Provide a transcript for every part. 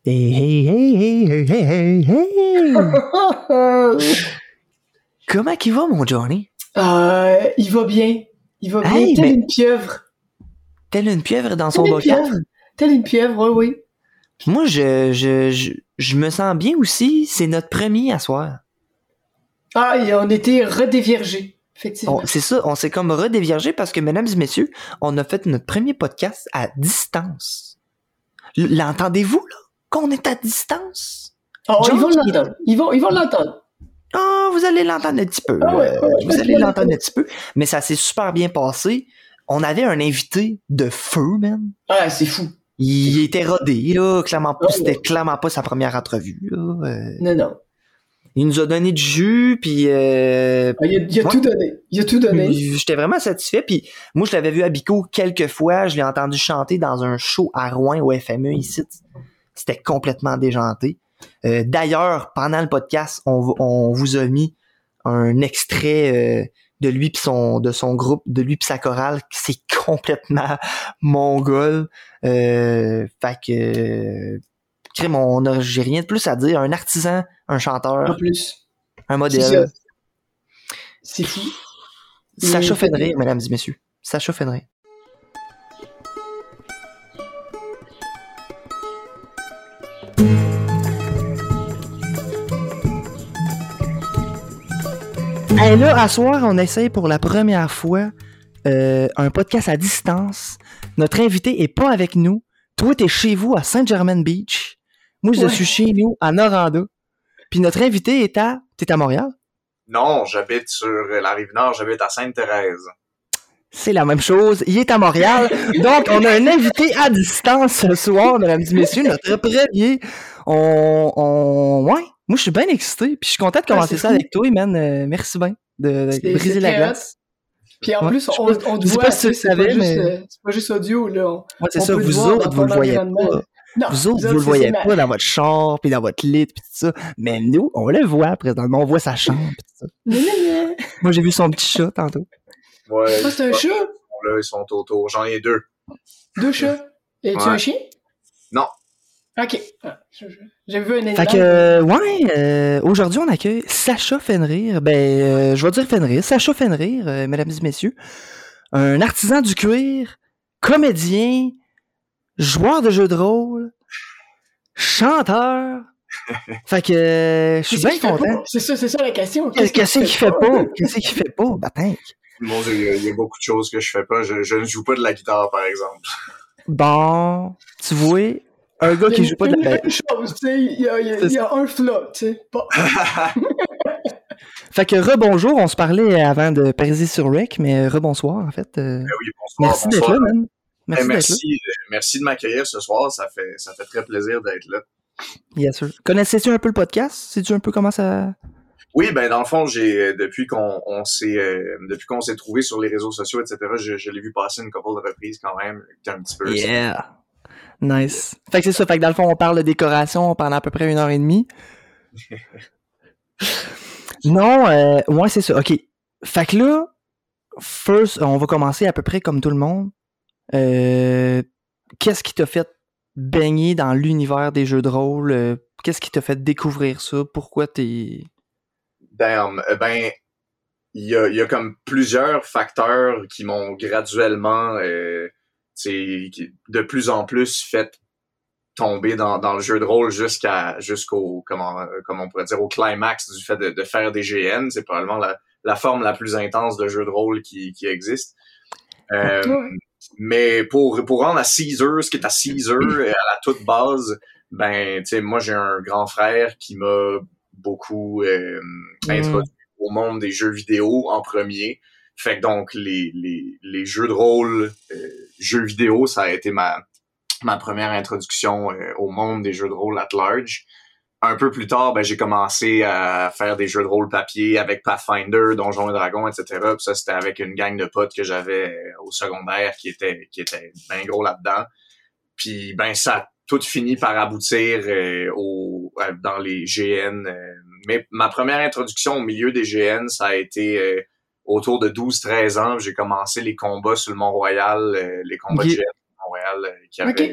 Hey, hey, hey, hey, hey, hey, hey. Comment qu'il va, mon Johnny? Il va bien. Il va bien, telle une pieuvre. Telle une pieuvre dans son bocal? Telle une pieuvre, oui. Moi, je me sens bien aussi. C'est notre premier à soir. Ah, et on était redéviergés, effectivement. C'est ça, on s'est comme redéviergé parce que, mesdames et messieurs, on a fait notre premier podcast à distance. L'entendez-vous, là? Qu'on est à distance? Oh, ils vont l'entendre. Ils vont l'entendre. Ah, vous allez l'entendre un petit peu. Vous allez l'entendre un petit peu. Mais ça s'est super bien passé. On avait un invité de feu, man. Ah, c'est fou. Il était rodé, là. C'était clairement pas sa première entrevue, là. Non. Il nous a donné du jus, puis... il a tout donné. Il a tout donné. J'étais vraiment satisfait, puis moi, je l'avais vu à Bico quelques fois. Je l'ai entendu chanter dans un show à Rouen au FME ici. C'était complètement déjanté. D'ailleurs, pendant le podcast, on vous a mis un extrait de lui pis de son groupe, de lui pis sa chorale, c'est complètement mongol. Fait que j'ai rien de plus à dire. Un artisan, un chanteur, en plus, un modèle. C'est fou. Sacha Fenrir, mesdames et messieurs. Sacha Fenrir. Et là, à soir, on essaye pour la première fois un podcast à distance. Notre invité est pas avec nous. Toi, t'es chez vous à Saint-Germain-Beach. Moi, je suis chez nous à Noranda. Puis notre invité est à... T'es à Montréal? Non, j'habite sur la Rive-Nord, j'habite à Sainte-Thérèse. C'est la même chose. Il est à Montréal. Donc, on a un invité à distance ce soir, mesdames et messieurs. Notre premier. Ouais. Moi, je suis bien excité. Puis je suis content de commencer ça avec toi, man. Merci bien de briser la glace. Puis en plus, on te voit. C'est pas juste audio, là. Ouais, c'est ça. Vous autres, vous le voyez pas. Non, vous autres, vous le voyez pas dans votre char, puis dans votre lit, puis tout ça. Mais nous, on le voit présentement. On voit sa chambre, puis tout ça. Moi, j'ai vu son petit chat tantôt. Ouais. Ça, c'est un chat? Là, ils sont autour. J'en ai 2. 2 chats? Et tu as un chien? Non. OK. J'ai vu un animal. Fait que, aujourd'hui, on accueille Sacha Fenrir. Je vais dire Fenrir. Sacha Fenrir, mesdames et messieurs. Un artisan du cuir, comédien, joueur de jeux de rôle, chanteur. Fait que, je suis bien content. C'est ça la question. Qu'est-ce qu'il fait pas? Qu'est-ce qu'il fait pas? Batinck. Mon Dieu, il y a beaucoup de choses que je fais pas. Je ne joue pas de la guitare, par exemple. Bon, tu vois, un gars qui joue pas de la guitare. Il y a un flop, tu sais. Fait que rebonjour, on se parlait avant de pariser sur Rec, mais rebonsoir, en fait. Oui, bonsoir. Merci d'être là, man. Merci de m'accueillir ce soir. Ça fait très plaisir d'être là. Bien sûr. Connaissais-tu un peu le podcast? Sais-tu un peu comment ça... Oui, dans le fond, depuis qu'on s'est trouvé sur les réseaux sociaux, etc., je l'ai vu passer une couple de reprises quand même, un petit peu. Yeah! Nice. Fait que c'est ça, fait que dans le fond, on parle de décoration pendant à peu près 1h30. Non, ouais, c'est ça. OK. Fait que là, first, on va commencer à peu près comme tout le monde. Qu'est-ce qui t'a fait baigner dans l'univers des jeux de rôle? Qu'est-ce qui t'a fait découvrir ça? Pourquoi t'es... Il y a comme plusieurs facteurs qui m'ont graduellement de plus en plus fait tomber dans le jeu de rôle jusqu'au comment on pourrait dire au climax du fait de faire des GN. C'est probablement la forme la plus intense de jeu de rôle qui existe. Mais pour rendre à Caesar ce qui est à Caesar à la toute base, moi j'ai un grand frère qui m'a beaucoup introduit au monde des jeux vidéo en premier. Fait que donc les jeux de rôle, jeux vidéo, ça a été ma première introduction au monde des jeux de rôle at large. Un peu plus tard, j'ai commencé à faire des jeux de rôle papier avec Pathfinder, Donjons et Dragons, etc. Puis ça, c'était avec une gang de potes que j'avais au secondaire qui était bien gros là-dedans. Puis ça a tout fini par aboutir dans les GN. Mais ma première introduction au milieu des GN, ça a été autour de 12-13 ans. J'ai commencé les combats sur le Mont-Royal, les combats de GN sur le Mont-Royal qui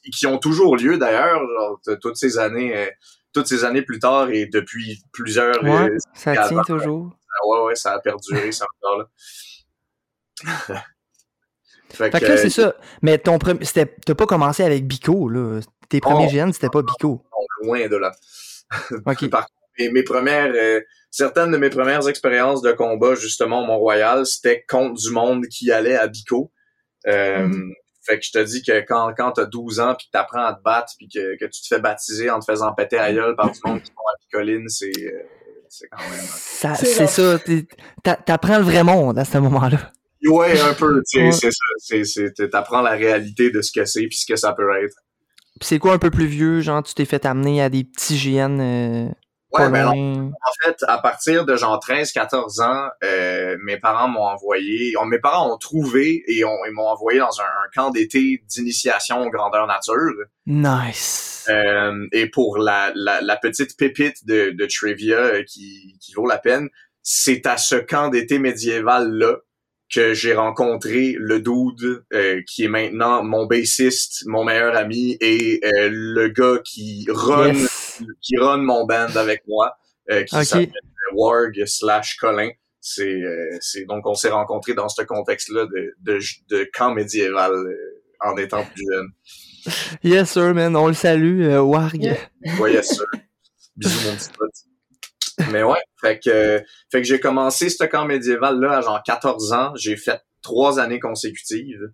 qui ont toujours lieu d'ailleurs, genre, toutes ces années plus tard et depuis plusieurs... ça tient toujours. Ouais, ça a perduré, c'est encore là. Fait que là, c'est ça. Mais t'as pas commencé avec Bico, là. Tes premiers GN, c'était pas Bico. Non, loin de là. OK. Par contre, certaines de mes premières expériences de combat, justement, au Mont-Royal, c'était contre du monde qui allait à Bico. Fait que je te dis que quand t'as 12 ans puis que t'apprends à te battre puis que tu te fais baptiser en te faisant péter à gueule par du monde qui vont à Picoline, c'est quand même... C'est ça. T'apprends le vrai monde à ce moment-là. Ouais, un peu, tu sais, c'est ça. T'apprends la réalité de ce que c'est puis ce que ça peut être. Puis c'est quoi un peu plus vieux, genre tu t'es fait amener à des petits GN ouais, ben en fait, à partir de genre 13-14 ans, mes parents m'ont envoyé, mes parents ont trouvé et ils m'ont envoyé dans un camp d'été d'initiation aux grandeurs nature. Nice. Et pour la petite pépite de trivia qui vaut la peine, c'est à ce camp d'été médiéval-là que j'ai rencontré le dude qui est maintenant mon bassiste, mon meilleur ami et le gars qui run mon band avec moi, qui s'appelle Warg/Colin. C'est donc on s'est rencontrés dans ce contexte-là de camp médiéval en étant plus jeune. Yes sir, man, on le salue, Warg. Yeah. Ouais, yes sir. Bisous mon petit pote. Mais ouais, fait que j'ai commencé ce camp médiéval-là à genre 14 ans. J'ai fait 3 années consécutives.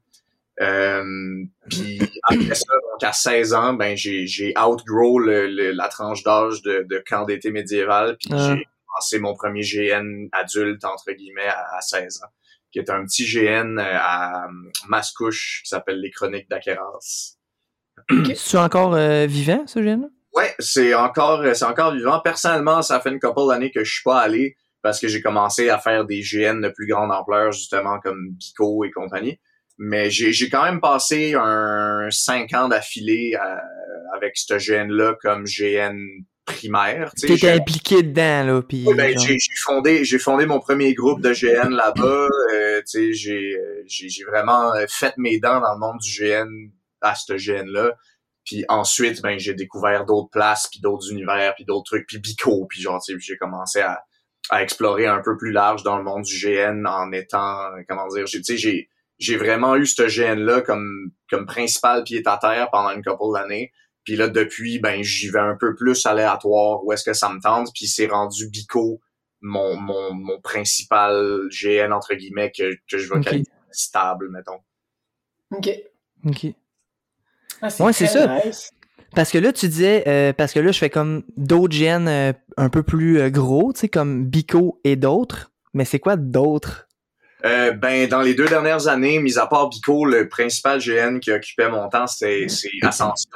Puis après ça, donc à 16 ans, ben j'ai outgrow la tranche d'âge de camp d'été médiéval. Puis j'ai commencé mon premier GN adulte, entre guillemets, à 16 ans. Qui est un petit GN à Mascouche qui s'appelle Les Chroniques d'Aqueras. C'est encore vivant, ce GN-là? Ouais, c'est encore vivant. Personnellement, ça fait une couple d'années que je suis pas allé parce que j'ai commencé à faire des GN de plus grande ampleur, justement, comme Bico et compagnie. Mais j'ai quand même passé 5 ans d'affilée avec ce GN-là comme GN primaire. T'étais impliqué dedans, là. Pis, ouais, ben, j'ai fondé mon premier groupe de GN là-bas. J'ai vraiment fait mes dents dans le monde du GN à ce GN-là. Puis ensuite, ben j'ai découvert d'autres places, puis d'autres univers, puis d'autres trucs, puis Bico, puis genre, tu sais, j'ai commencé à explorer un peu plus large dans le monde du GN en étant, comment dire, j'ai vraiment eu ce GN-là comme principal pied-à-terre pendant une couple d'années. Puis là, depuis, ben j'y vais un peu plus aléatoire où est-ce que ça me tente, puis c'est rendu Bico mon principal GN, entre guillemets, que je vais qualifier stable, mettons. OK. Ouais, c'est ça. Nice. Parce que là, tu disais, parce que là, je fais comme d'autres GN un peu plus gros, tu sais, comme Bico et d'autres. Mais c'est quoi d'autres? Ben, dans les 2 dernières années, mis à part Bico, le principal GN qui occupait mon temps, c'est Ascension.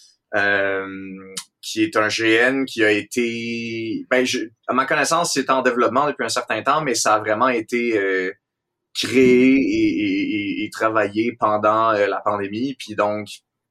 Qui est un GN qui a été... Ben, à ma connaissance, c'est en développement depuis un certain temps, mais ça a vraiment été créé et travaillé pendant la pandémie. Puis donc,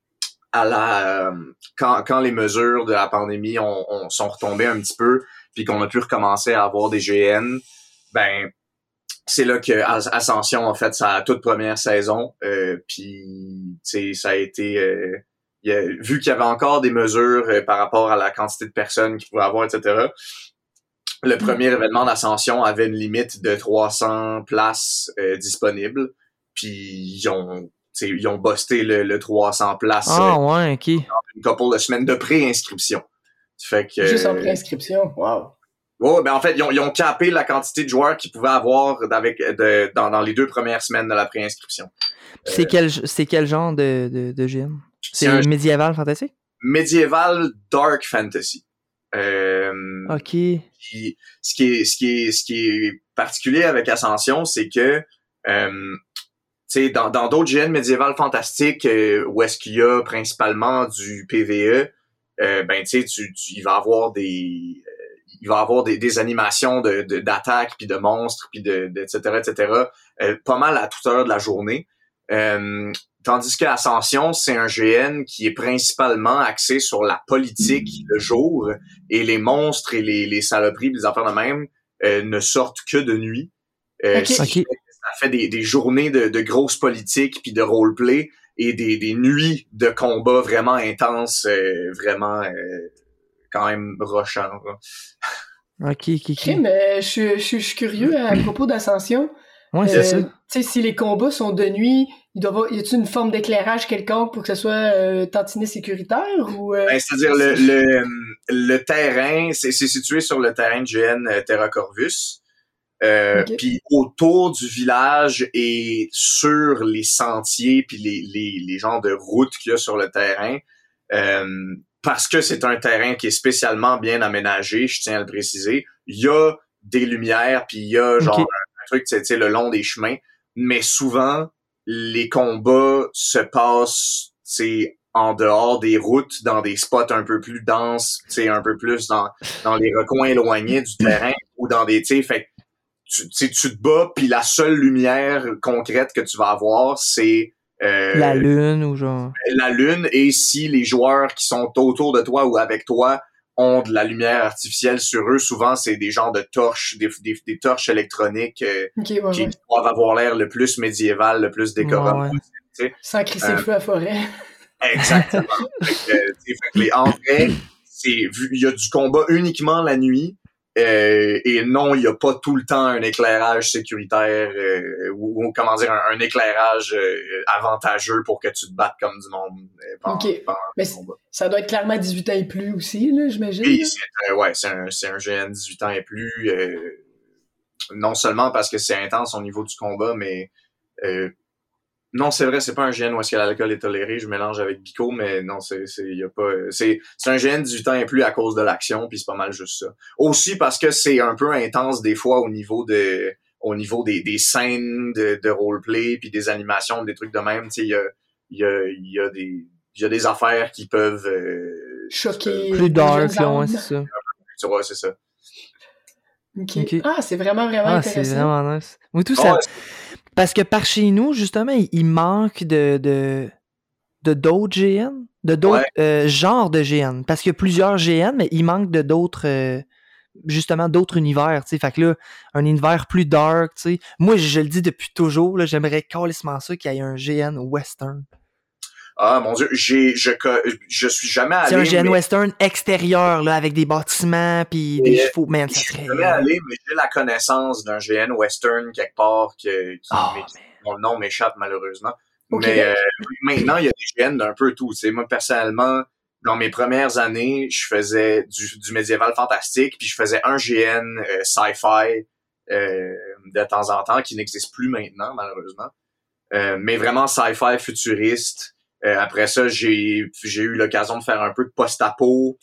quand les mesures de la pandémie sont retombées un petit peu, puis qu'on a pu recommencer à avoir des GN, ben c'est là que Ascension a fait sa toute première saison. Puis tu sais, ça a été vu qu'il y avait encore des mesures par rapport à la quantité de personnes qu'ils pouvaient avoir, etc. Le premier événement d'Ascension avait une limite de 300 places disponibles. Puis ils ont busté le 300 places. Ouais, OK. Une couple de semaines de pré-inscription. Fait que, juste en pré-inscription? Wow. Ouais, ben en fait, ils ont capé la quantité de joueurs qu'ils pouvaient avoir dans les 2 premières semaines de la pré-inscription. C'est quel genre de GM? C'est médiéval fantasy? Médiéval dark fantasy. OK. Ce qui est particulier avec Ascension, c'est que tu sais, dans d'autres GN médiéval fantastique où est-ce qu'il y a principalement du PVE, ben tu sais, il va avoir des animations d'attaques puis de monstres puis de etc. Pas mal à toute heure de la journée. Tandis que Ascension, c'est un GN qui est principalement axé sur la politique le jour et les monstres et les saloperies, les affaires de même ne sortent que de nuit. Okay. Ça fait des journées de grosses politiques puis de roleplay et des nuits de combat vraiment intenses, vraiment quand même rushant. Ok. Mais je suis curieux à propos d'Ascension. Ouais, c'est ça. Tu sais, si les combats sont de nuit, y a-t-il une forme d'éclairage quelconque pour que ce soit tantinet sécuritaire ou c'est-à-dire le terrain, c'est situé sur le terrain de GN Terra Corvus. Puis autour du village et sur les sentiers puis les genres de routes qu'il y a sur le terrain, parce que c'est un terrain qui est spécialement bien aménagé, je tiens à le préciser, il y a des lumières puis il y a genre un truc, tu sais, le long des chemins, mais souvent les combats se passent, c'est en dehors des routes, dans des spots un peu plus denses, tu sais, un peu plus dans les recoins éloignés du terrain ou dans des, tu sais, fait tu te bats puis la seule lumière concrète que tu vas avoir, c'est la lune ou genre la lune, et si les joueurs qui sont autour de toi ou avec toi ont de la lumière artificielle sur eux, souvent c'est des genres de torches, des torches électroniques qui doivent avoir l'air le plus médiéval, le plus décorant possible. Sans crisser le feu à forêt. Exactement. En vrai, il y a du combat uniquement la nuit. Et non, il n'y a pas tout le temps un éclairage sécuritaire ou comment dire, un éclairage avantageux pour que tu te battes comme du monde. Mais ça doit être clairement 18 ans et plus aussi, là, j'imagine. Oui, c'est un GN 18 ans et plus. Non seulement parce que c'est intense au niveau du combat, mais non, c'est vrai, c'est pas un GN où est-ce que l'alcool est toléré, je mélange avec Bico, mais non, c'est un GN 18 ans et plus à cause de l'action, puis c'est pas mal juste ça. Aussi parce que c'est un peu intense des fois au niveau des scènes de roleplay, puis des animations, des trucs de même, tu sais, il y a des affaires qui peuvent choquer. Plus dark, là, ouais, c'est ça. Tu vois, c'est ça. Okay. Ah, c'est vraiment intéressant. C'est vraiment nice. Oui, tout ça. Parce que par chez nous, justement, il manque de d'autres GN, de d'autres genres de GN. Parce qu'il y a plusieurs GN, mais il manque de d'autres, justement, d'autres univers, tu sais. Fait que là, un univers plus dark, tu sais. Moi, je le dis depuis toujours, là, j'aimerais calissement ça qu'il y ait un GN western. Ah, mon Dieu, je suis jamais allé. C'est un GN western extérieur, là, avec des bâtiments pis des chevaux. Man, ça serait... Je suis jamais allé, mais j'ai la connaissance d'un GN western quelque part dont le nom m'échappe malheureusement. Mais maintenant, il y a des GN d'un peu tout. T'sais. Moi, personnellement, dans mes premières années, je faisais du médiéval fantastique, puis je faisais un GN sci-fi de temps en temps, qui n'existe plus maintenant, malheureusement. Mais vraiment sci-fi futuriste. Après ça, j'ai eu l'occasion de faire un peu de post-apo.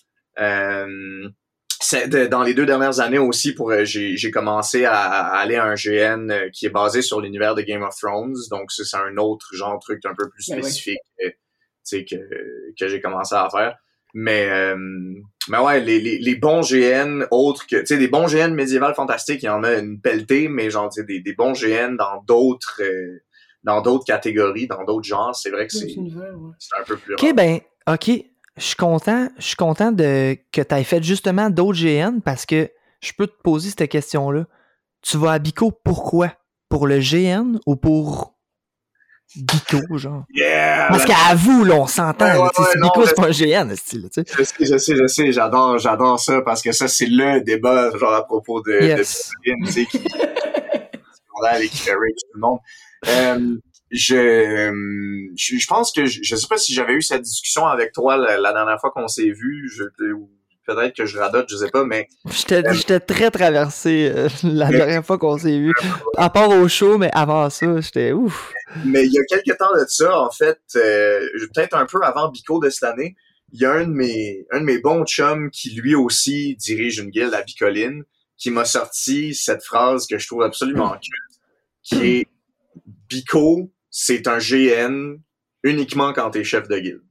Dans les 2 dernières années aussi, j'ai commencé à aller à un GN qui est basé sur l'univers de Game of Thrones. Donc, c'est un autre genre de truc un peu plus spécifique que j'ai commencé à faire. Mais ouais, les bons GN autres que... Tu sais, des bons GN médiéval fantastique, il y en a une pelletée, mais genre, tu sais, des bons GN dans d'autres catégories, dans d'autres genres, c'est vrai que c'est un peu plus rare. OK. Je suis content que tu aies fait justement d'autres GN parce que je peux te poser cette question-là. Tu vas à Bico pourquoi? Pour le GN ou pour Bico, genre? Yeah! Parce qu'à vous, là, on s'entend. Bico, c'est pas un GN, style. Je sais, j'adore ça parce que ça, c'est le débat, genre, à propos de tu sais, qui scandale et qui fait rage tout le monde. Je pense que je sais pas si j'avais eu cette discussion avec toi la dernière fois qu'on s'est vu, peut-être que je radote, je sais pas, mais j'étais très traversé la dernière fois qu'on s'est vu, à part au show, mais avant ça, j'étais ouf. Mais il y a quelques temps de ça, en fait, peut-être un peu avant Bico de cette année, il y a un de mes bons chums qui lui aussi dirige une guilde à Bicoline, qui m'a sorti cette phrase que je trouve absolument culte, qui est Bico, c'est un GN uniquement quand t'es chef de guilde.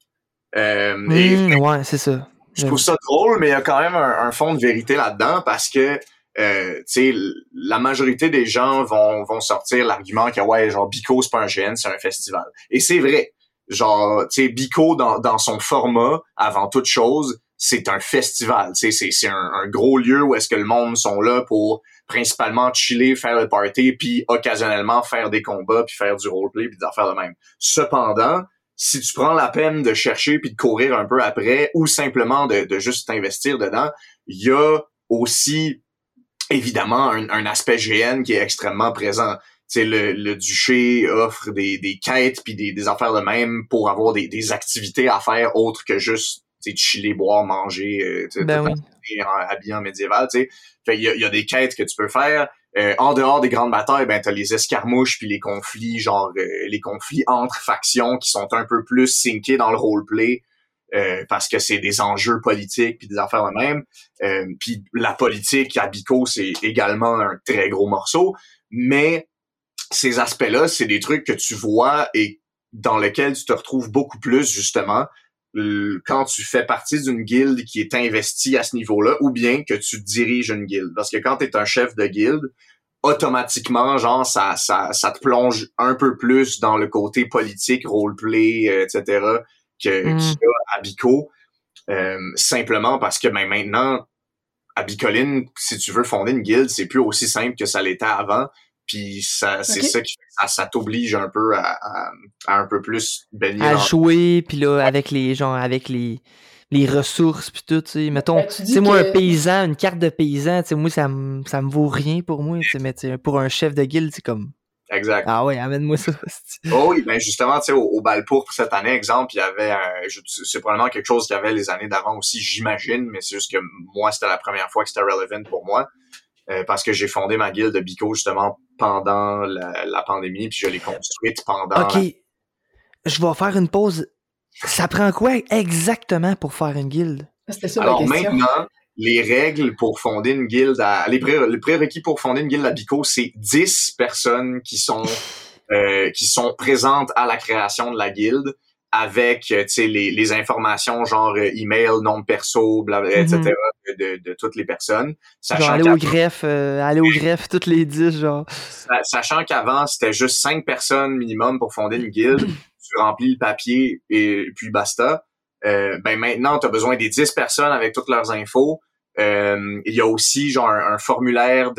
Ouais, c'est ça. Je trouve ça drôle, mais il y a quand même un fond de vérité là-dedans parce que tu sais, la majorité des gens vont sortir l'argument que ouais, genre Bico c'est pas un GN, c'est un festival. Et c'est vrai. Genre, tu sais, Bico dans son format, avant toute chose, c'est un festival. Tu sais, c'est un gros lieu où est-ce que le monde sont là pour principalement chiller, faire le party, puis occasionnellement faire des combats, puis faire du roleplay, puis des affaires de même. Cependant, si tu prends la peine de chercher puis de courir un peu après, ou simplement de juste t'investir dedans, il y a aussi évidemment un aspect GN qui est extrêmement présent. Tu sais, le duché offre des quêtes puis des affaires de même pour avoir des activités à faire autres que juste chiller, boire, manger, habillé en médiéval. Tu sais, fait il y a des quêtes que tu peux faire. En dehors des grandes batailles, ben t'as les escarmouches puis les conflits, les conflits entre factions qui sont un peu plus syncés dans le roleplay. Parce que c'est des enjeux politiques puis des affaires de même. Puis la politique à Bico, c'est également un très gros morceau. Mais ces aspects-là, c'est des trucs que tu vois et dans lesquels tu te retrouves beaucoup plus, justement, quand tu fais partie d'une guilde qui est investie à ce niveau-là, ou bien que tu diriges une guilde. Parce que quand t'es un chef de guilde, automatiquement, genre, ça te plonge un peu plus dans le côté politique, roleplay, etc., qu'il y a à Bico. Simplement parce que maintenant, à Bicoline, si tu veux fonder une guilde, c'est plus aussi simple que ça l'était avant. Puis c'est ça qui ça t'oblige un peu à un peu plus baigner à jouer, puis là avec les ressources puis tout, tu sais, mettons, tu sais, moi un paysan, une carte de paysan, tu sais, moi ça me vaut rien pour moi, tu sais, mais pour un chef de guilde, c'est comme exact. Ah ouais, amène-moi ça. Oh oui, ben justement, tu sais, au bal pourpre cette année, exemple, il y avait, c'est probablement quelque chose qu'il y avait les années d'avant aussi, j'imagine, mais c'est juste que moi, c'était la première fois que c'était relevant pour moi. Parce que j'ai fondé ma guilde de Bico justement pendant la pandémie, puis je l'ai construite pendant. Ok, je vais faire une pause. Ça prend quoi exactement pour faire une guilde? C'était ça Alors ma question. maintenant, les règles pour fonder une guilde, les prérequis pour fonder une guilde à Bico, c'est 10 personnes qui sont présentes à la création de la guilde, avec tu sais les informations genre email, nom perso, blablabla, etc. de toutes les personnes. Genre aller au greffe toutes les 10, genre. Sachant qu'avant, c'était juste 5 personnes minimum pour fonder une guilde. Tu remplis le papier et puis basta. Ben maintenant, tu as besoin des 10 personnes avec toutes leurs infos. Il y a aussi genre un formulaire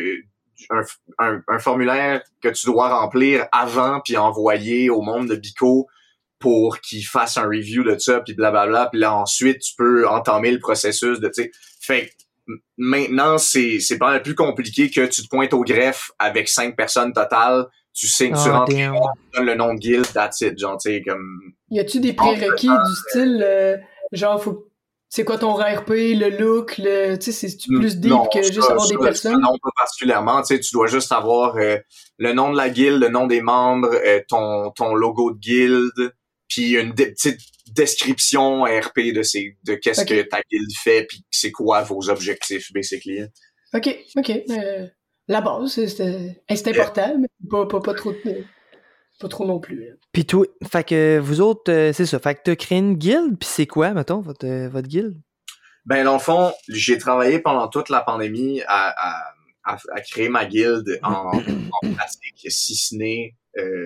un formulaire que tu dois remplir avant puis envoyer au monde de Bico pour qu'ils fassent un review de ça, puis blablabla, puis là, ensuite, tu peux entamer le processus de, tu sais, fait maintenant, c'est pas mal plus compliqué que tu te pointes au greffe avec 5 personnes totales, tu sais que tu rentres, tu donnes le nom de guild, that's it, genre, tu sais, comme... Y a-tu des prérequis du style, genre, c'est quoi ton RP, le look, tu sais, c'est-tu plus deep que juste avoir des personnes? Non, pas particulièrement, tu sais, tu dois juste avoir le nom de la guilde, le nom des membres, ton logo de guilde, puis une petite description RP de qu'est-ce que ta guilde fait, puis c'est quoi vos objectifs, basically. OK. La base, c'est important, mais pas trop... Pas trop non plus. Puis toi, fait que vous autres, c'est ça, fait que t'as créé une guilde, puis c'est quoi, mettons, votre guilde? Ben, dans le fond, j'ai travaillé pendant toute la pandémie à créer ma guilde en pratique, si ce n'est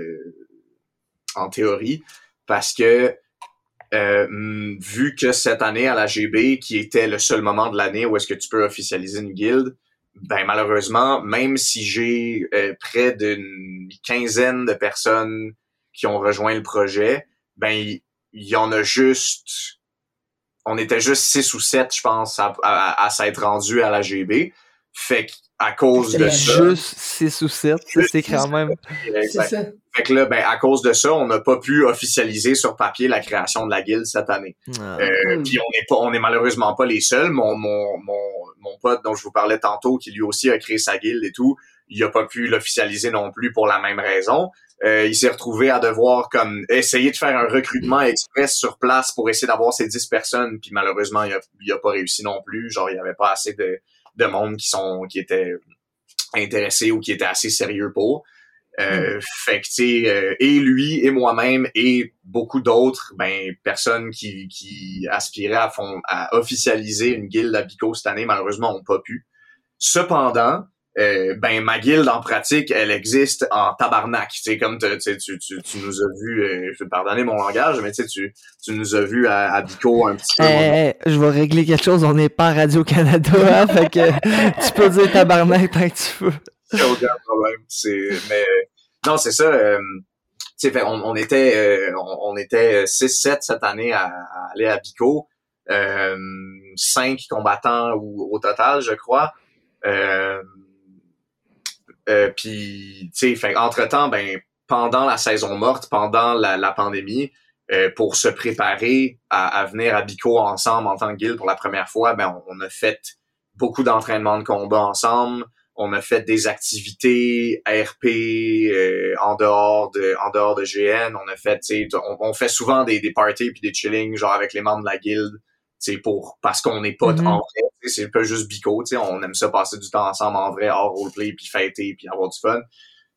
en théorie, parce que vu que cette année à la GB, qui était le seul moment de l'année où est-ce que tu peux officialiser une guilde, ben malheureusement, même si j'ai près d'une quinzaine de personnes qui ont rejoint le projet, ben il y en a juste, on était juste 6 ou 7, je pense, à s'être rendus à la GB. Fait qu'à cause de ça... Juste 6 ou 7, c'est quand même... C'est ça. Fait que là, ben à cause de ça, on n'a pas pu officialiser sur papier la création de la guilde cette année. Puis on est malheureusement pas les seuls. Mon pote dont je vous parlais tantôt, qui lui aussi a créé sa guilde et tout, il a pas pu l'officialiser non plus pour la même raison. Il s'est retrouvé à devoir comme essayer de faire un recrutement express sur place pour essayer d'avoir ces 10 personnes, puis malheureusement il a pas réussi non plus. Genre il y avait pas assez de monde qui étaient intéressés ou qui étaient assez sérieux pour. Fait que tu sais, et lui et moi-même et beaucoup d'autres personnes qui aspiraient à officialiser une guilde à Bico cette année malheureusement ont pas pu. Cependant, ben ma guilde en pratique, elle existe en tabarnak. Tu sais, comme tu nous as vu, je vais te pardonner mon langage, mais tu nous as vu à Bico un petit peu. Je vais régler quelque chose, on n'est pas à Radio-Canada, hein, fait que tu peux dire tabarnak tant que tu veux. Aucun problème. Mais non, c'est ça. Tu sais, on était 6-7 cette année à aller à Bico. 5 combattants au total, je crois. Puis, tu sais, entre-temps, ben, pendant la saison morte, pendant la pandémie, pour se préparer à venir à Bico ensemble en tant que guilde pour la première fois, ben, on a fait beaucoup d'entraînements de combat ensemble. On a fait des activités ARP en dehors de GN. On a fait, tu sais, on fait souvent des parties puis des chillings genre avec les membres de la guilde, tu sais, parce qu'on est potes en vrai. C'est pas juste bico, tu sais, on aime ça passer du temps ensemble en vrai, hors roleplay puis fêter puis avoir du fun.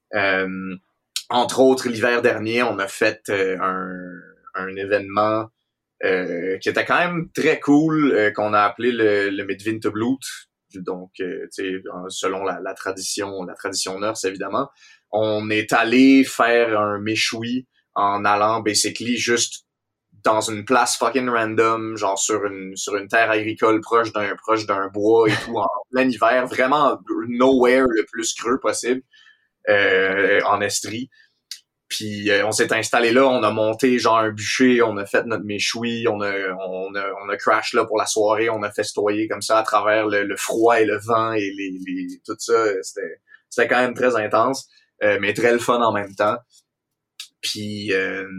Entre autres, l'hiver dernier, on a fait un événement qui était quand même très cool, qu'on a appelé le Midwinterbloot. Donc, tu sais, selon la tradition nurse, évidemment. On est allé faire un méchoui en allant, basically, juste dans une place fucking random, genre sur une terre agricole proche d'un bois et tout, en plein hiver, vraiment nowhere le plus creux possible, en Estrie. Puis on s'est installé là, on a monté genre un bûcher, on a fait notre méchoui, on a crash là pour la soirée, on a festoyé comme ça à travers le froid et le vent et tout ça, c'était quand même très intense, mais très le fun en même temps. Puis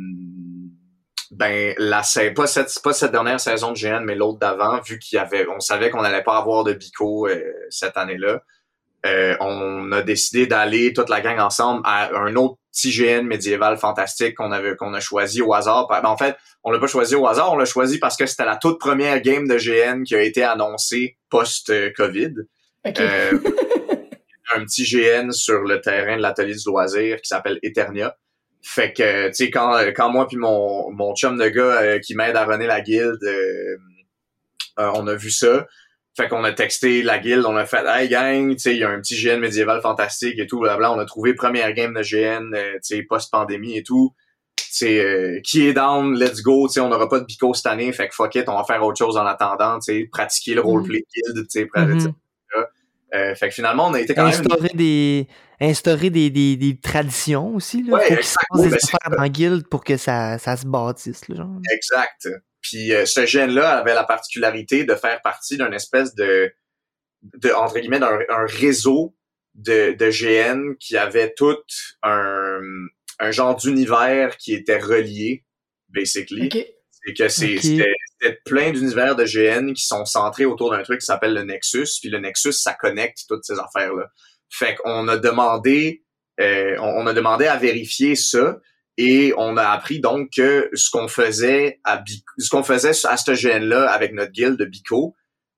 ben pas cette dernière saison de GN, mais l'autre d'avant, vu on savait qu'on allait pas avoir de bico cette année-là. On a décidé d'aller toute la gang ensemble à un autre petit GN médiéval fantastique qu'on a choisi au hasard. Ben, en fait, on l'a pas choisi au hasard, on l'a choisi parce que c'était la toute première game de GN qui a été annoncée post-COVID. Okay. Un petit GN sur le terrain de l'atelier du loisir qui s'appelle Eternia. Fait que, tu sais, quand moi puis mon chum de gars qui m'aide à runner la guilde, on a vu ça. Fait qu'on a texté la guilde, on a fait « Hey gang, tu sais, il y a un petit GN médiéval fantastique et tout, blablabla. » On a trouvé première game de GN, tu sais, post-pandémie et tout. Tu sais, qui est down, let's go, tu sais, on n'aura pas de bico cette année, fait que fuck it, on va faire autre chose en attendant, tu sais, pratiquer le roleplay guild, tu sais, fait que finalement, on a été quand même... Instaurer des traditions aussi, là. Ouais, faut qu'il se passe des affaires dans la guilde pour que ça se bâtisse, là, genre. Exact. Puis ce gène-là avait la particularité de faire partie d'une espèce de entre guillemets d'un réseau de GN qui avait tout un genre d'univers qui était relié, basically. Okay. C'est que c'était plein d'univers de GN qui sont centrés autour d'un truc qui s'appelle le Nexus. Puis le Nexus, ça connecte toutes ces affaires-là. Fait qu'on a demandé à vérifier ça. Et on a appris donc que ce qu'on faisait à ce GN-là avec notre guilde de Bico,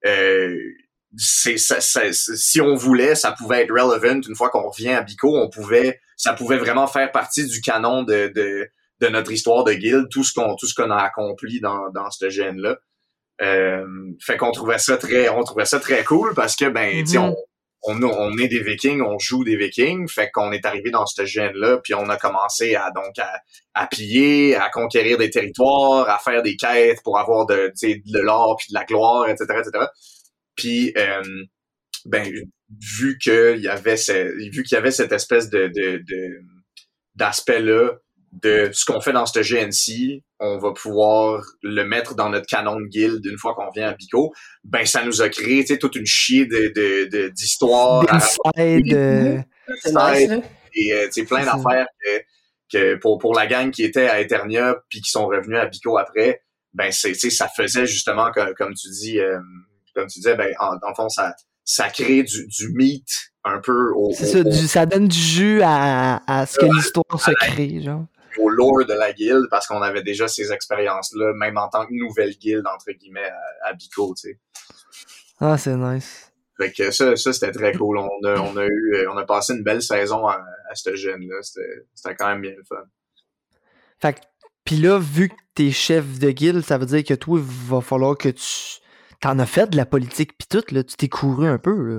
si on voulait, ça pouvait être relevant une fois qu'on revient à Bico, ça pouvait vraiment faire partie du canon de notre histoire de guilde, tout ce qu'on a accompli dans ce GN-là. Fait qu'on trouvait ça très cool parce que ben, tu sais, on est des Vikings, on joue des Vikings, fait qu'on est arrivé dans ce gène-là, puis on a commencé à piller, à conquérir des territoires, à faire des quêtes pour avoir de l'or puis de la gloire, etc., etc. Puis ben vu qu'il y avait cette espèce d'aspect-là de ce qu'on fait dans ce GNC, on va pouvoir le mettre dans notre canon de guilde une fois qu'on vient à Bico. Ben, ça nous a créé, tu sais, toute une chier d'histoires. D'inside. Et, tu sais, plein d'affaires que pour la gang qui était à Eternia puis qui sont revenus à Bico après, ben, ça faisait justement, comme tu disais, ben, dans le fond, ça crée du meat un peu ça donne du jus à ce que l'histoire se crée, genre. Au lore de la guilde, parce qu'on avait déjà ces expériences-là, même en tant que nouvelle guilde, entre guillemets, à Bico, tu sais. Ah, c'est nice. Fait que ça c'était très cool. On a passé une belle saison à ce jeune-là. C'était quand même bien le fun. Fait que, pis là, vu que t'es chef de guilde, ça veut dire que toi, il va falloir que t'en as fait de la politique pis tout, là. Tu t'es couru un peu, là.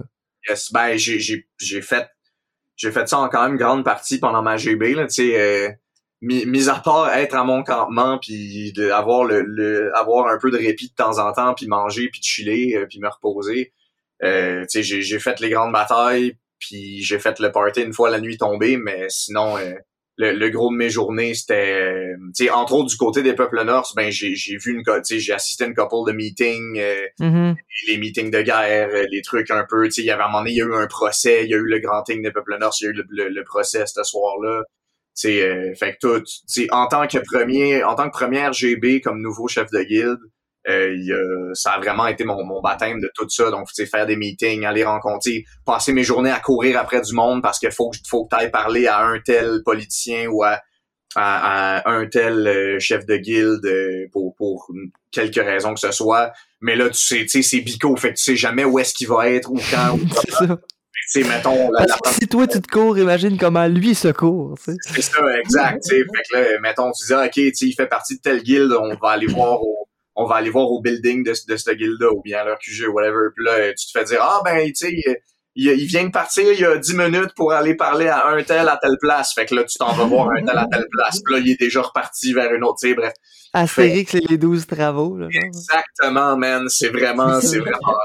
Yes. Ben, j'ai fait ça en quand même grande partie pendant ma GB, là, tu sais, mis à part être à mon campement puis avoir avoir un peu de répit de temps en temps puis manger puis chiller puis me reposer. Tu sais, j'ai fait les grandes batailles puis j'ai fait le party une fois la nuit tombée, mais sinon le gros de mes journées c'était tu sais, entre autres du côté des peuples norse, ben j'ai vu tu sais, j'ai assisté à une couple de meetings, les meetings de guerre, les trucs un peu, tu sais, il y avait à un moment donné, il y a eu un procès, il y a eu le grand thing des peuples norse, il y a eu le procès ce soir-là. Tu sais, fait que tout, tu sais, en tant que première GB comme nouveau chef de guilde, ça a vraiment été mon baptême de tout ça. Donc, tu sais, faire des meetings, aller rencontrer, passer mes journées à courir après du monde parce qu'il faut que t'ailles parler à un tel politicien ou à un tel chef de guilde pour quelque raison que ce soit. Mais là, tu sais, c'est Bico, fait que tu sais jamais où est-ce qu'il va être ou quand. Ou c'est ça. Tu sais, mettons... Parce que si toi, tu te cours, imagine comment lui il se court. T'sais. C'est ça, exact. T'sais. Fait que là, mettons, tu dis, OK, tu il fait partie de telle guilde, on va aller voir au building de cette guilde-là, ou bien à leur QG, ou whatever. Puis là, tu te fais dire, ah, ben, tu sais, il vient de partir il y a 10 minutes pour aller parler à un tel à telle place. Fait que là, tu t'en vas voir un tel à telle place. Puis là, il est déjà reparti vers une autre, tu sais, bref. Astérix, c'est les 12 travaux, là. Exactement, man. C'est vraiment ça.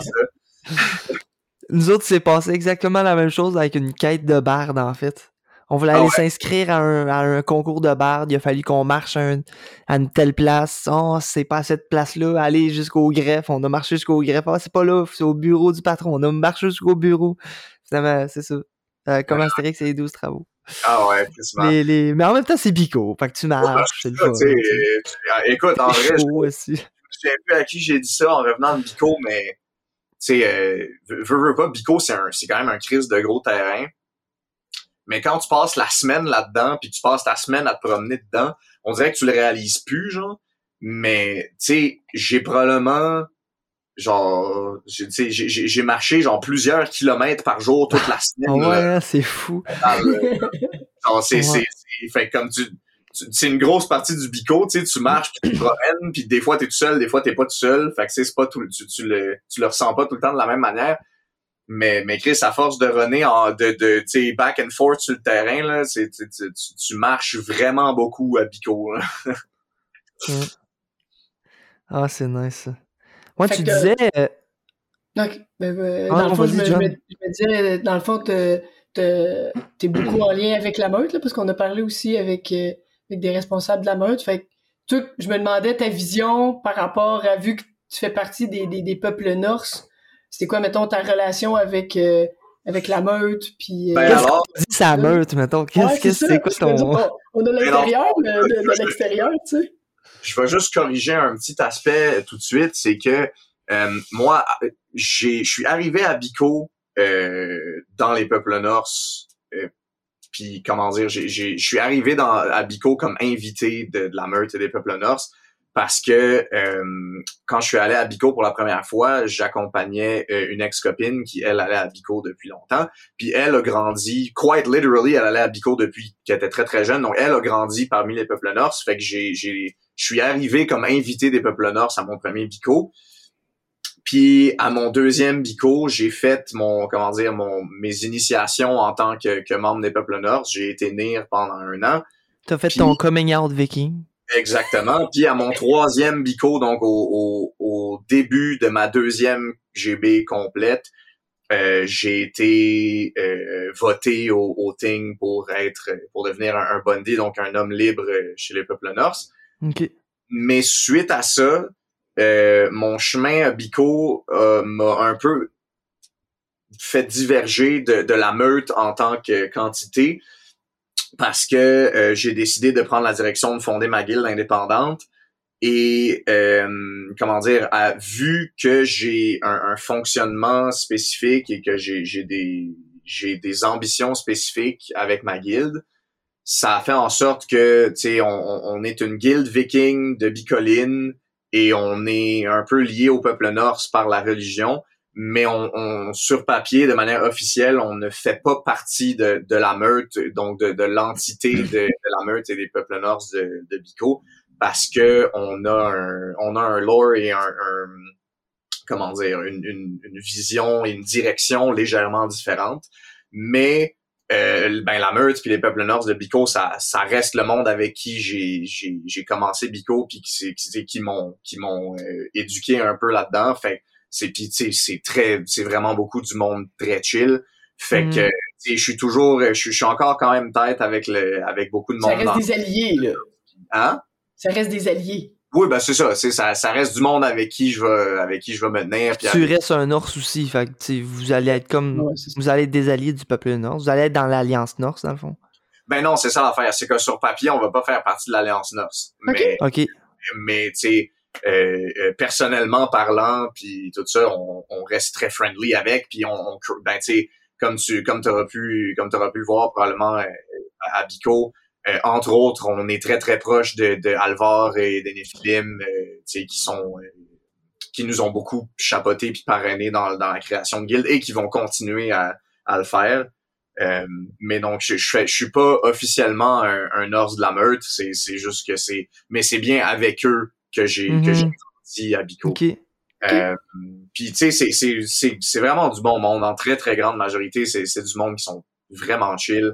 Nous autres, c'est passé exactement la même chose avec une quête de barde, en fait. On voulait aller s'inscrire à un concours de barde. Il a fallu qu'on marche à une telle place. Oh, c'est pas à cette place-là. Aller jusqu'au greffe. On a marché jusqu'au greffe. Ah, c'est pas là. C'est au bureau du patron. On a marché jusqu'au bureau. Finalement, c'est ça. Comme Astérix, c'est les 12 travaux. Ah ouais, précisément. Mais en même temps, c'est Bico. Fait que tu marches. C'est le fun. Écoute, en vrai, je sais plus à qui j'ai dit ça en revenant de Bico, mais tu sais, veux pas, Bico, c'est quand même un crise de gros terrain. Mais quand tu passes la semaine là-dedans, puis tu passes ta semaine à te promener dedans, on dirait que tu le réalises plus, genre. Mais, tu sais, j'ai probablement, genre, j'ai marché, genre, plusieurs kilomètres par jour toute la semaine. Ouais, là. C'est fou. Genre, fait comme c'est une grosse partie du Bico, tu sais, tu marches puis tu te promènes, puis des fois t'es tout seul, des fois t'es pas tout seul, fait que c'est pas tout, tu le ressens pas tout le temps de la même manière. Mais Chris, à force de runner tu sais, back and forth sur le terrain, là, tu marches vraiment beaucoup à Bico, là. Ah, c'est nice, ça. Moi, tu disais... Donc, dans le fond, je me disais, dans le fond, t'es beaucoup en lien avec la meute, là, parce qu'on a parlé aussi avec des responsables de la meute. Fait que, je me demandais ta vision par rapport à, vu que tu fais partie des peuples norse, c'était quoi, mettons, ta relation avec la meute, puis... Qu'est-ce qu'on dit sa meute, mettons? C'est quoi ton... On a l'intérieur de l'extérieur, tu sais. Je vais juste corriger un petit aspect tout de suite, c'est que moi, je suis arrivé à Bico dans les peuples norse, puis comment dire, je suis arrivé à Bico comme invité de la meute et des peuples norse parce que quand je suis allé à Bico pour la première fois, j'accompagnais une ex-copine qui, elle, allait à Bico depuis longtemps, puis elle a grandi, quite literally, elle allait à Bico depuis qu'elle était très très jeune, donc elle a grandi parmi les peuples norse, fait que je suis arrivé comme invité des peuples norse à mon premier Bico. Puis à mon deuxième Bico, j'ai fait mes initiations en tant que membre des peuples norse. J'ai été NIR pendant 1 an. T'as fait ton coming out viking. Exactement. Puis à mon troisième Bico, donc au début de ma deuxième GB complète, j'ai été voté au Ting pour devenir un Bundy, donc un homme libre chez les peuples norse. Okay. Mais suite à ça, mon chemin à Bico m'a un peu fait diverger de la meute en tant que quantité parce que j'ai décidé de prendre la direction de fonder ma guilde indépendante et vu que j'ai un fonctionnement spécifique et que j'ai des ambitions spécifiques avec ma guilde, ça a fait en sorte que tu sais on est une guilde viking de Bicoline et on est un peu lié au peuple norse par la religion, mais on sur papier, de manière officielle, on ne fait pas partie de la meute, donc de l'entité de la meute et des peuples norse de Bico, parce que on a un lore et comment dire, une vision et une direction légèrement différente. Mais la Meurthe puis les Peuples Norse de Bico, ça reste le monde avec qui j'ai commencé Bico puis qui m'ont éduqué un peu là-dedans. Fait c'est vraiment beaucoup du monde très chill. Fait que je suis encore quand même tête avec beaucoup de monde. Ça reste des alliés là. Hein? Ça reste des alliés. Oui, ben c'est ça, ça reste du monde avec qui je vais me tenir. Puis tu restes un Norse aussi, fait que vous allez être comme vous allez être des alliés du peuple Norse, vous allez être dans l'Alliance Norse dans le fond. Ben non, c'est ça l'affaire, c'est que sur papier, on va pas faire partie de l'Alliance Norse. Mais tu sais, personnellement parlant, puis tout ça, on reste très friendly avec, puis ben tu sais, comme t'auras pu voir probablement à Bico. Entre autres, on est très très proche de Alvar et de Néphilim, qui nous ont beaucoup chapeauté puis parrainé dans la création de guildes et qui vont continuer à le faire. Mais donc je suis pas officiellement un Norse de la Meurthe, c'est juste que mais c'est bien avec eux que j'ai grandi à Bico. Okay. Puis tu sais c'est vraiment du bon monde en très très grande majorité, c'est du monde qui sont vraiment chill.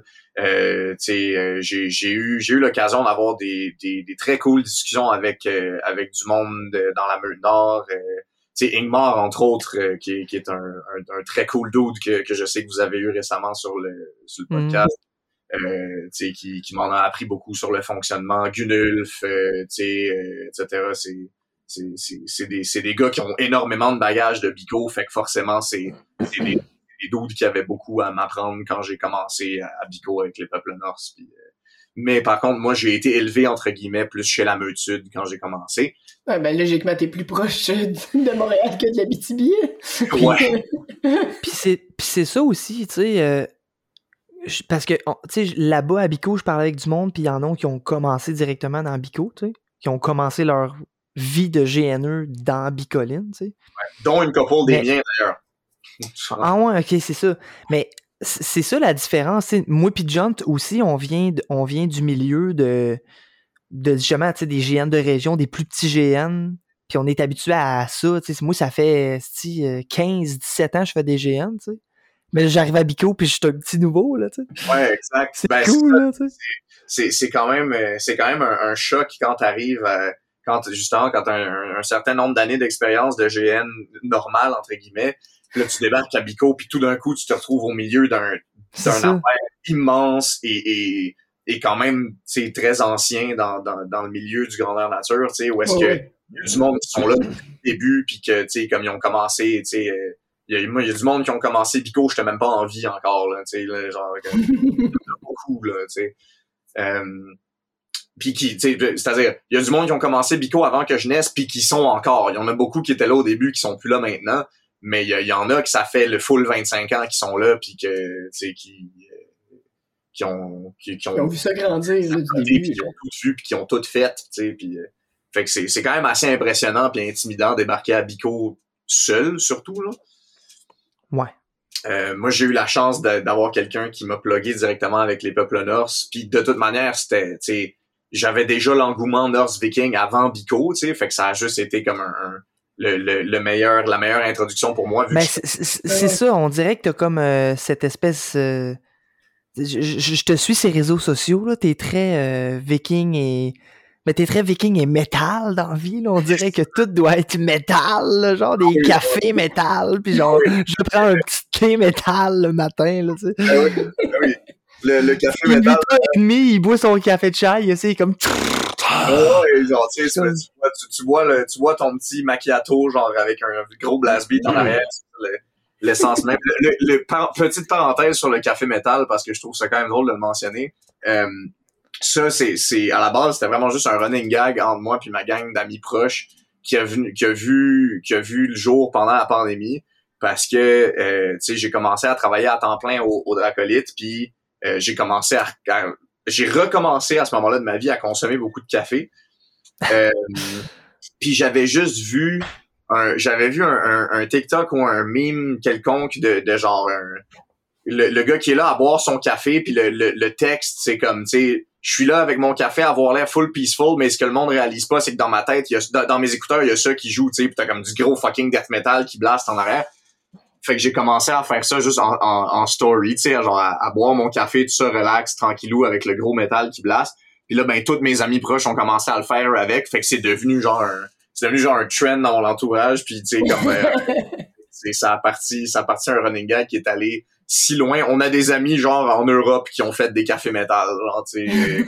J'ai eu l'occasion d'avoir des très cool discussions avec du monde dans la Meurthe Nord. Ingmar, entre autres, qui est un très cool dude que je sais que vous avez eu récemment sur le podcast. Qui m'en a appris beaucoup sur le fonctionnement. Gunulf, etc. C'est des gars qui ont énormément de bagages de Bico, fait que forcément c'est des dudes qui avaient beaucoup à m'apprendre quand j'ai commencé à Bico avec les peuples norse. Mais par contre, moi, j'ai été élevé, entre guillemets, plus chez la Meurthe Sud quand j'ai commencé. Ouais, ben logiquement, t'es plus proche de Montréal que de l'Abitibi. Ouais. Puis c'est ça aussi, tu sais, parce que, tu sais, là-bas, à Bico, je parlais avec du monde, puis il y en a qui ont commencé directement dans Bico, tu sais, qui ont commencé leur vie de GNE dans Bicoline, tu sais. Ouais, dont une couple des miens, d'ailleurs. Ah ouais, ok, c'est ça. Mais c'est ça la différence. T'sais. Moi puis John aussi, on vient du milieu de justement, tu sais, des GN de région, des plus petits GN, puis on est habitué à ça. T'sais. Moi, ça fait 15-17 ans que je fais des GN, tu sais. Mais j'arrive à Bico puis je suis un petit nouveau, là, tu sais. Ouais, exact. C'est cool, là, tu sais. C'est quand même un choc quand t'arrives quand t'as un certain nombre d'années d'expérience de GN normal, entre guillemets. Puis là, tu débarques à Bico, puis tout d'un coup, tu te retrouves au milieu d'un affaire immense et quand même, tu sais, très ancien dans le milieu du grandeur nature, tu sais, où est-ce que y a du monde qui sont là depuis le début, puis que, tu sais, comme ils ont commencé, tu sais, il y a du monde qui ont commencé Bico, j'étais même pas en vie encore, là, tu sais, genre, beaucoup, là, tu sais. Puis qui, tu sais, c'est-à-dire, il y a du monde qui ont commencé Bico avant que je naisse, puis qui sont encore. Il y en a beaucoup qui étaient là au début, qui sont plus là maintenant. Mais il y en a que ça fait le full 25 ans qui sont là, puis que, tu sais, qui ont vu ça grandir, là, du début. Puis qui ont tout vu, puis qui ont tout fait, tu sais, puis fait que c'est quand même assez impressionnant puis intimidant de débarquer à Bico seul, surtout, là. Ouais. Moi, j'ai eu la chance d'avoir quelqu'un qui m'a plugué directement avec les peuples norse, puis de toute manière, c'était, tu sais, j'avais déjà l'engouement norse viking avant Bico, tu sais, fait que ça a juste été comme la meilleure introduction pour moi. Ben, c'est ça, on dirait que t'as comme cette espèce... je te suis ces réseaux sociaux, là, t'es très viking et... Mais t'es très viking et métal dans la vie, là. On dirait que tout doit être métal, là, genre des cafés métal, puis genre, je prends un petit thé métal le matin, là, tu sais. Oui. Le café métal. Il boit son café de chai, il est comme... Ouais, genre, tu sais, tu vois ton petit macchiato, genre, avec un gros blast beat en arrière, l'essence même. Petite parenthèse sur le café métal, parce que je trouve ça quand même drôle de le mentionner. Ça, c'est, à la base, c'était vraiment juste un running gag entre moi puis ma gang d'amis proches qui a vu le jour pendant la pandémie, parce que, tu sais, j'ai commencé à travailler à temps plein au Dracolite, puis j'ai recommencé à ce moment-là de ma vie à consommer beaucoup de café. Puis j'avais vu un TikTok ou un meme quelconque de genre le gars qui est là à boire son café, puis le texte, c'est comme, tu sais, je suis là avec mon café à avoir l'air full peaceful, mais ce que le monde réalise pas, c'est que dans ma tête, dans mes écouteurs, il y a ça qui joue, tu sais, pis t'as comme du gros fucking death metal qui blast en arrière. Fait que j'ai commencé à faire ça juste en story, tu sais, genre à boire mon café, tout ça, relax, tranquillou, avec le gros métal qui blast. Puis là, ben, tous mes amis proches ont commencé à le faire avec. Fait que c'est devenu genre un trend dans mon entourage. Puis, tu sais, comme, ça a parti un running gag qui est allé si loin. On a des amis, genre, en Europe qui ont fait des cafés métal, genre, tu sais.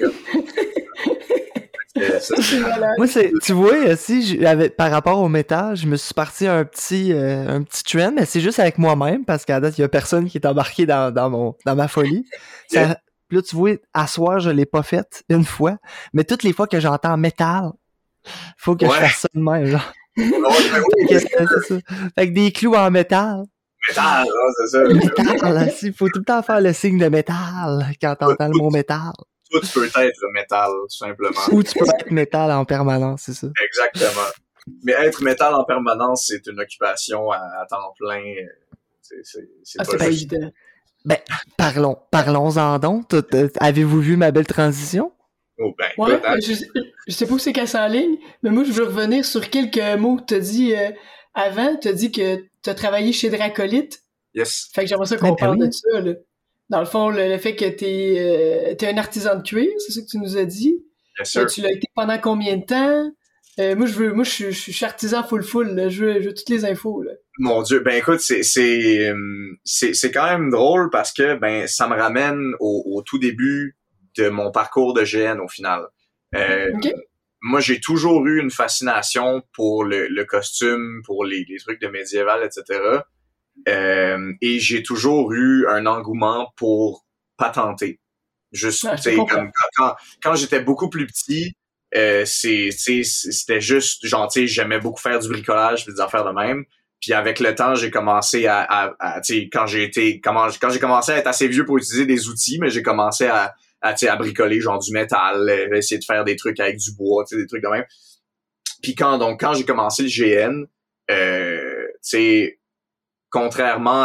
Moi, tu vois, si par rapport au métal, je me suis parti un petit trend, mais c'est juste avec moi-même, parce qu'à date, il y a personne qui est embarqué dans ma folie. Yeah. Puis là, tu vois, à soir, je l'ai pas faite une fois, mais toutes les fois que j'entends métal, faut que je fasse ça de même, genre. C'est ça. Fait que des clous en métal. Métal, c'est ça. Métal, il faut tout le temps faire le signe de métal quand t'entends le mot métal. Toi, tu peux être métal, tout simplement. Ou tu peux être métal en permanence, c'est ça. Exactement. Mais être métal en permanence, c'est une occupation à temps plein. C'est pas évident. Ben, parlons-en donc. Avez-vous vu ma belle transition? Oh, ben, ouais, je sais pas où c'est qu'elle s'enligne, mais moi, je veux revenir sur quelques mots que t'as dit avant. T'as dit que t'as travaillé chez Dracolite. Yes. Fait que j'aimerais ça qu'on parle de ça, là. Dans le fond, le fait que t'es un artisan de cuir, c'est ça que tu nous as dit. Yes, sir. Tu l'as été pendant combien de temps? Moi, je suis artisan full, là. Je veux toutes les infos, là. Mon Dieu, ben écoute, c'est quand même drôle parce que ben ça me ramène au tout début de mon parcours de GN au final. Okay. Moi, j'ai toujours eu une fascination pour le costume, pour les trucs de médiéval, etc. Et j'ai toujours eu un engouement pour patenter. Juste, tu sais, comme quand j'étais beaucoup plus petit, c'était juste, genre, tu sais, j'aimais beaucoup faire du bricolage et des affaires de même. Puis avec le temps, j'ai commencé à tu sais, quand j'ai commencé à être assez vieux pour utiliser des outils, mais j'ai commencé à bricoler genre du métal, essayer de faire des trucs avec du bois, tu sais, des trucs de même. Puis quand j'ai commencé le GN, tu sais, contrairement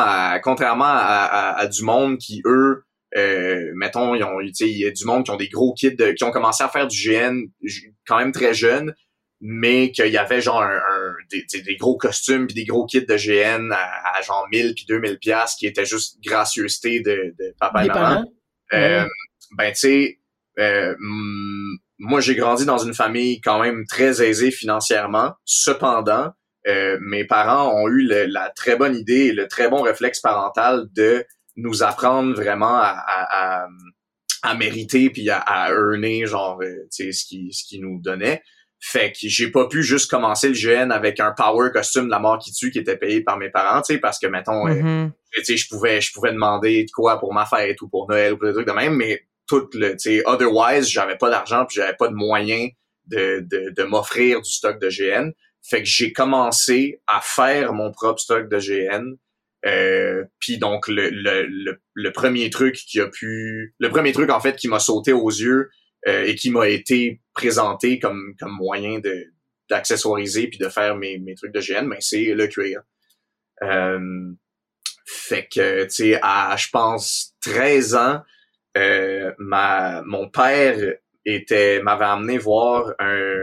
à du monde qui eux mettons il y a du monde qui ont des gros kits qui ont commencé à faire du GN quand même très jeunes, mais qu'il y avait genre des gros costumes puis des gros kits de GN à genre 1000 puis 2000 piastres qui étaient juste gracieuseté de papa et maman. Ben tu sais moi j'ai grandi dans une famille quand même très aisée financièrement. Cependant, mes parents ont eu la très bonne idée et le très bon réflexe parental de nous apprendre vraiment à mériter puis à earner genre tu sais ce qui nous donnait. Fait que j'ai pas pu juste commencer le GN avec un power costume de la mort qui tue qui était payé par mes parents, tu sais, parce que mettons tu sais je pouvais demander de quoi pour ma fête ou pour Noël ou pour des trucs de même, mais tout le tu sais otherwise j'avais pas d'argent puis j'avais pas de moyens de m'offrir du stock de GN. Fait que j'ai commencé à faire mon propre stock de GN. Puis donc le premier truc en fait qui m'a sauté aux yeux et qui m'a été présenté comme moyen d'accessoiriser puis de faire mes trucs de GN, ben c'est le cuir. Fait que tu sais à je pense 13 ans mon père m'avait amené voir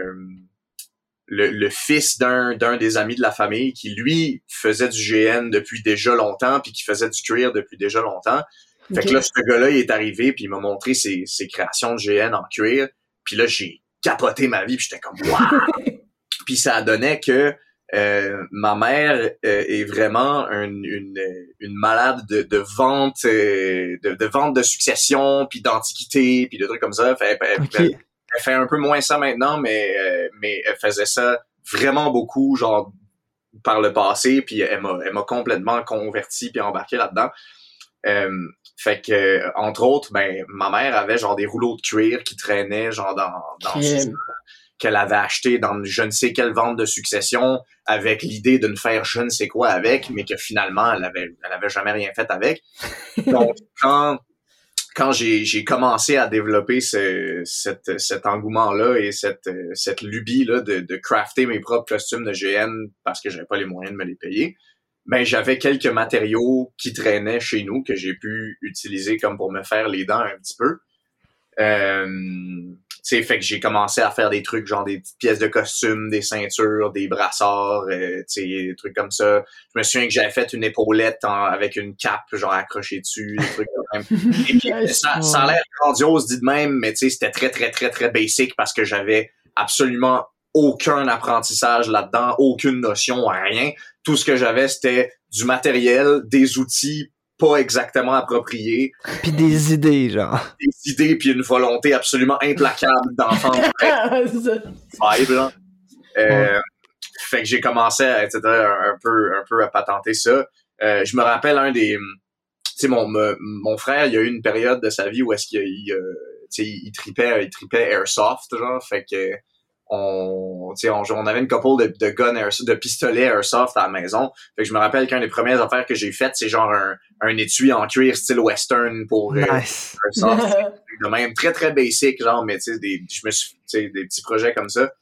le fils d'un des amis de la famille qui, lui, faisait du GN depuis déjà longtemps puis qui faisait du cuir depuis déjà longtemps. Fait que là, ce gars-là, il est arrivé puis il m'a montré ses créations de GN en cuir. Puis là, j'ai capoté ma vie puis j'étais comme « Wow! » Puis ça donnait que ma mère est vraiment une malade de vente de vente de succession puis d'antiquité puis de trucs comme ça. Elle fait un peu moins ça maintenant, mais elle faisait ça vraiment beaucoup, genre par le passé, puis elle m'a complètement converti puis embarqué là-dedans. Fait que entre autres, ben ma mère avait genre des rouleaux de cuir qui traînaient genre dans qu'elle avait acheté dans je ne sais quelle vente de succession avec l'idée de ne faire je ne sais quoi avec, mais que finalement elle avait jamais rien fait avec. Donc quand j'ai commencé à développer cet engouement-là et cette lubie-là de crafter mes propres costumes de GN parce que j'avais pas les moyens de me les payer, ben j'avais quelques matériaux qui traînaient chez nous que j'ai pu utiliser comme pour me faire les dents un petit peu. Fait que j'ai commencé à faire des trucs genre des petites pièces de costume, des ceintures, des brassards, des trucs comme ça. Je me souviens que j'avais fait une épaulette avec une cape genre accrochée dessus, des trucs comme même. Et puis, ça a l'air grandiose dit de même, mais c'était très, très, très, très basic parce que j'avais absolument aucun apprentissage là-dedans, aucune notion, rien. Tout ce que j'avais, c'était du matériel, des outils pas exactement appropriés. Puis des idées, genre. Des idées, puis une volonté absolument implacable d'enfant. Vibe, là. Fait que j'ai commencé à, un peu à patenter ça. Je me rappelle tu sais, mon frère, il a eu une période de sa vie où est-ce il tripait airsoft, genre. Fait que on avait une couple de guns de pistolets airsoft à la maison. Fait que je me rappelle qu'une des premières affaires que j'ai faites, c'est genre un étui en cuir style western pour nice. airsoft. De même très très basic, genre, mais tu sais, des petits projets comme ça.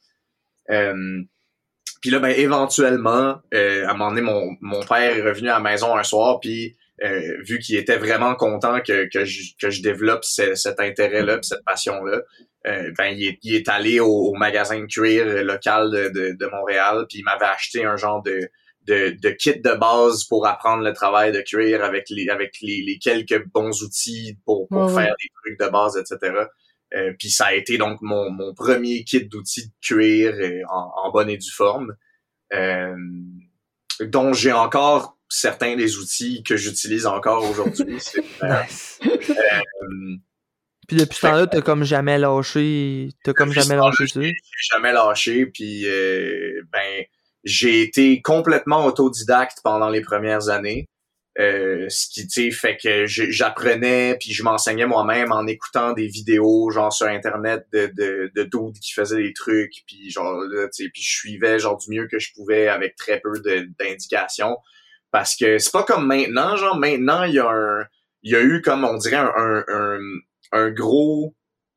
Puis là, ben éventuellement, à un moment donné, mon père est revenu à la maison un soir, puis vu qu'il était vraiment content que je développe cet intérêt-là, pis cette passion-là, ben il est allé au magasin de cuir local de Montréal, puis il m'avait acheté un genre de kit de base pour apprendre le travail de cuir avec les quelques bons outils pour faire des trucs de base, etc. Puis ça a été donc mon premier kit d'outils de cuir en bonne et due forme, dont j'ai encore certains des outils que j'utilise encore aujourd'hui. Nice. Puis depuis ce temps-là, t'as comme jamais lâché. Ça. J'ai jamais lâché, puis ben j'ai été complètement autodidacte pendant les premières années. Ce qui, tu sais, fait que j'apprenais puis je m'enseignais moi-même en écoutant des vidéos genre sur internet de dudes qui faisaient des trucs, puis genre là, tu sais, puis je suivais genre du mieux que je pouvais avec très peu d'indications, parce que c'est pas comme maintenant, genre maintenant il y a eu comme on dirait un gros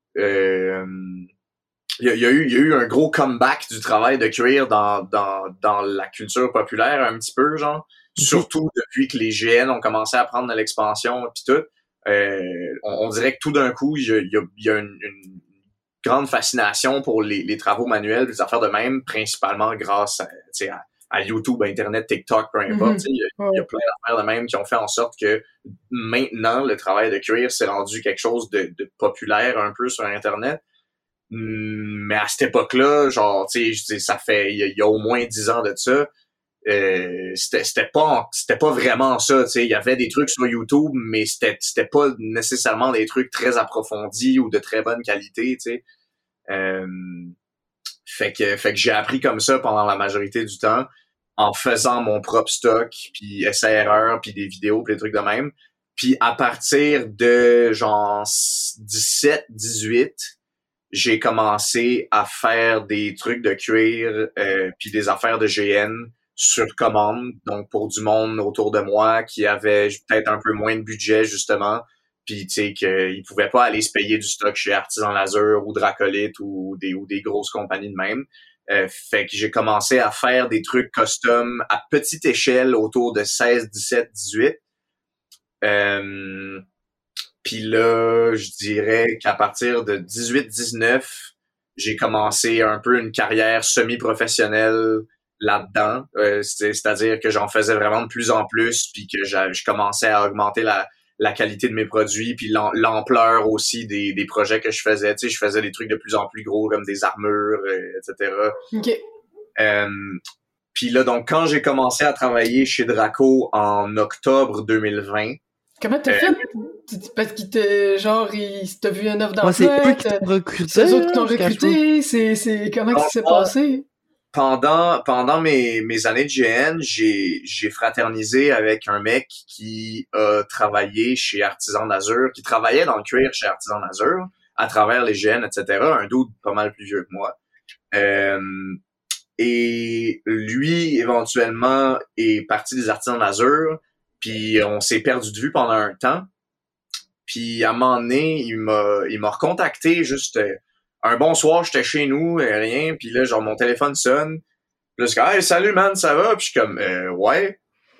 il y a eu un gros comeback du travail de cuir dans la culture populaire un petit peu, genre. Surtout depuis que les GN ont commencé à prendre de l'expansion et tout. On dirait que tout d'un coup, il y a une grande fascination pour les travaux manuels, les affaires de même, principalement grâce à YouTube, Internet, TikTok, peu importe. Il y a plein d'affaires de même qui ont fait en sorte que maintenant, le travail de cuir s'est rendu quelque chose de populaire un peu sur Internet. Mais à cette époque-là, genre, tu sais, ça fait, il y a au moins 10 ans de ça, c'était pas vraiment ça, tu sais, il y avait des trucs sur YouTube, mais c'était pas nécessairement des trucs très approfondis ou de très bonne qualité, tu sais. Fait que j'ai appris comme ça pendant la majorité du temps, en faisant mon propre stock, puis essai-erreur, puis des vidéos, puis des trucs de même. Puis à partir de genre 17-18, j'ai commencé à faire des trucs de cuir puis des affaires de GN sur commande, donc pour du monde autour de moi qui avait peut-être un peu moins de budget justement, puis tu sais qu'ils pouvaient pas aller se payer du stock chez Artisan Laser ou Dracolite ou des grosses compagnies de même. Fait que j'ai commencé à faire des trucs custom à petite échelle autour de 16, 17, 18. Puis là, je dirais qu'à partir de 18-19, j'ai commencé un peu une carrière semi-professionnelle là-dedans. C'est-à-dire que j'en faisais vraiment de plus en plus, puis que je commençais à augmenter la qualité de mes produits, puis l'ampleur aussi des projets que je faisais. Tu sais, je faisais des trucs de plus en plus gros, comme des armures, etc. OK. Puis là, donc, quand j'ai commencé à travailler chez Draco en octobre 2020, comment t'as fait? Parce qu'il t'a vu une offre d'emploi. C'est eux qui t'ont recruté. C'est eux qui t'ont recruté. C'est comment ça s'est passé? Pendant mes années de GN, j'ai fraternisé avec un mec qui a travaillé chez Artisan Laser, qui travaillait dans le cuir chez Artisan Laser, à travers les GN, etc. Un dude pas mal plus vieux que moi. Et lui, éventuellement, est parti des Artisans Laser. Puis on s'est perdu de vue pendant un temps. Puis à un moment donné, il m'a recontacté juste un bon soir, j'étais chez nous, rien. Puis là, genre mon téléphone sonne. Puis là, je dis « Hey, salut man, ça va? » Puis je suis comme ouais.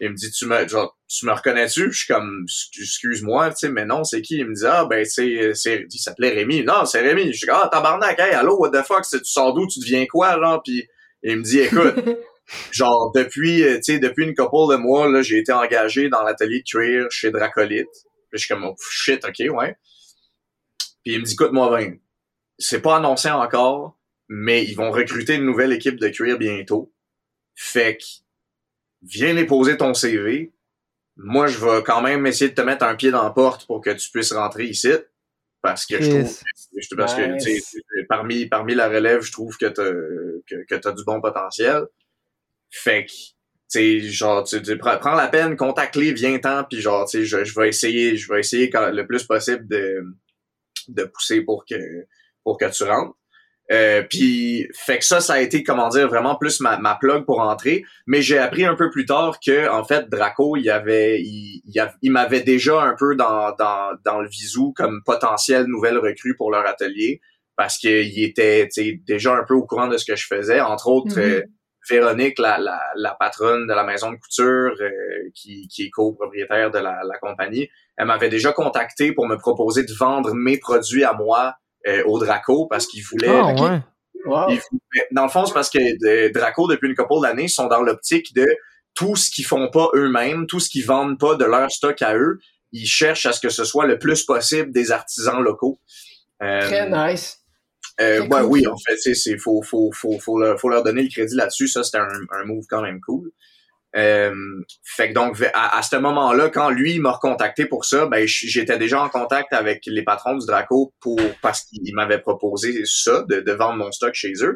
Il me dit, tu me reconnais-tu? Je suis comme, excuse-moi, tu sais, mais non, c'est qui? Il me dit, il s'appelait Rémi. Non, c'est Rémi. Je suis comme, tabarnak, hey, allô, what the fuck, tu sors d'où, tu deviens quoi, là? Puis il me dit, écoute, genre, depuis une couple de mois, là, j'ai été engagé dans l'atelier de cuir chez Dracolite. Puis je suis comme, oh, shit, ok, ouais. Puis il me dit, écoute-moi bien, c'est pas annoncé encore, mais ils vont recruter une nouvelle équipe de cuir bientôt. Fait que, viens déposer ton CV. Moi, je vais quand même essayer de te mettre un pied dans la porte pour que tu puisses rentrer ici. Parce que que, tu sais, parmi la relève, je trouve que t'as du bon potentiel. Fait que, tu sais, genre, prends la peine, contacte-les, viens-t'en, puis genre, tu sais, je vais essayer le plus possible de pousser pour que tu rentres. Puis fait que ça a été, comment dire, vraiment plus ma plug pour entrer, mais j'ai appris un peu plus tard que en fait Draco il m'avait déjà un peu dans le visou comme potentielle nouvelle recrue pour leur atelier parce qu'il était, tu sais, déjà un peu au courant de ce que je faisais, entre autres Véronique, la patronne de la maison de couture qui est copropriétaire de la compagnie, elle m'avait déjà contacté pour me proposer de vendre mes produits à moi au Draco parce qu'ils voulaient... ouais. Wow. Dans le fond, c'est parce que Draco, depuis une couple d'années, sont dans l'optique de tout ce qu'ils font pas eux-mêmes, tout ce qu'ils vendent pas de leur stock à eux, ils cherchent à ce que ce soit le plus possible des artisans locaux. Très nice. Cool. Oui, en fait, c'est faut leur donner le crédit là-dessus. Ça, c'était un move quand même cool. Fait que donc à ce moment-là, quand lui il m'a recontacté pour ça, ben j'étais déjà en contact avec les patrons du Draco parce qu'ils m'avaient proposé ça, de vendre mon stock chez eux.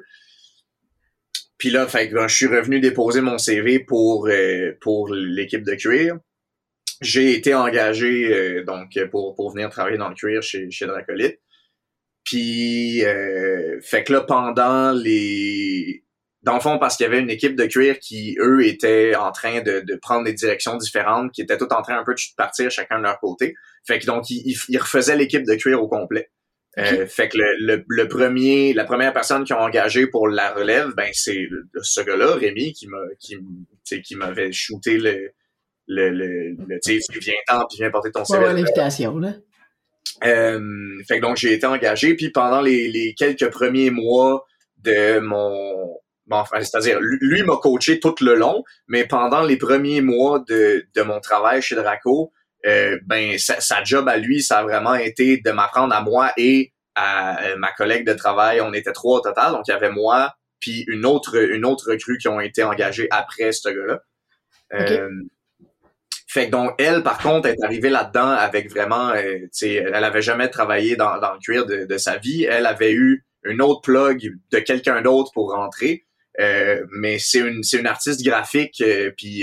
Puis là, fait que je suis revenu déposer mon CV pour l'équipe de cuir. J'ai été engagé donc pour venir travailler dans le cuir chez Dracolite. Puis fait que là, pendant dans le fond, parce qu'il y avait une équipe de cuir qui, eux, étaient en train de prendre des directions différentes, qui étaient tous en train un peu de partir chacun de leur côté. Fait que donc, ils refaisaient l'équipe de cuir au complet. Okay. Fait que la première personne qu'ils ont engagée pour la relève, ben c'est ce gars-là, Rémi, qui m'avait shooté tu sais, viens-t'en, puis viens porter ton CV. Ouais, l'invitation, là. Fait que donc, j'ai été engagé, puis pendant les quelques premiers mois de c'est-à-dire, lui m'a coaché tout le long, mais pendant les premiers mois de mon travail chez Draco, ben sa job à lui, ça a vraiment été de m'apprendre à moi et à ma collègue de travail. On était 3 au total, donc il y avait moi puis une autre recrue qui ont été engagées après ce gars-là. Okay. Fait que donc elle, par contre, est arrivée là-dedans avec vraiment, tu sais, elle avait jamais travaillé dans le cuir de sa vie. Elle avait eu une autre plug de quelqu'un d'autre pour rentrer. Mais c'est une artiste graphique puis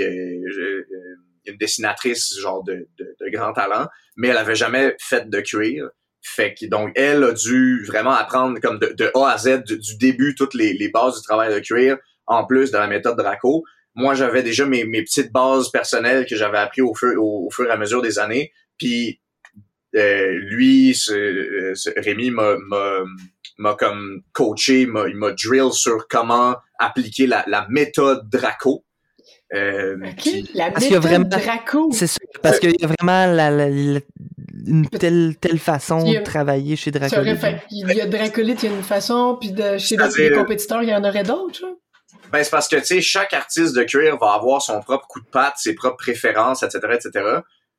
une dessinatrice genre de grand talent, mais elle avait jamais fait de cuir. Fait que donc elle a dû vraiment apprendre comme de A à Z du début toutes les bases du travail de cuir en plus de la méthode Draco. Moi j'avais déjà mes petites bases personnelles que j'avais appris au fur et à mesure des années. Puis lui, Rémi m'a comme coaché, il m'a drill sur comment appliquer la méthode Draco. Okay. La méthode Draco. C'est sûr, parce qu'il y a vraiment une telle façon de travailler chez Dracolite. Il y a Dracolite, il y a une façon, puis chez les compétiteurs, il y en aurait d'autres, genre? Ben, c'est parce que, tu sais, chaque artiste de cuir va avoir son propre coup de patte, ses propres préférences, etc., etc.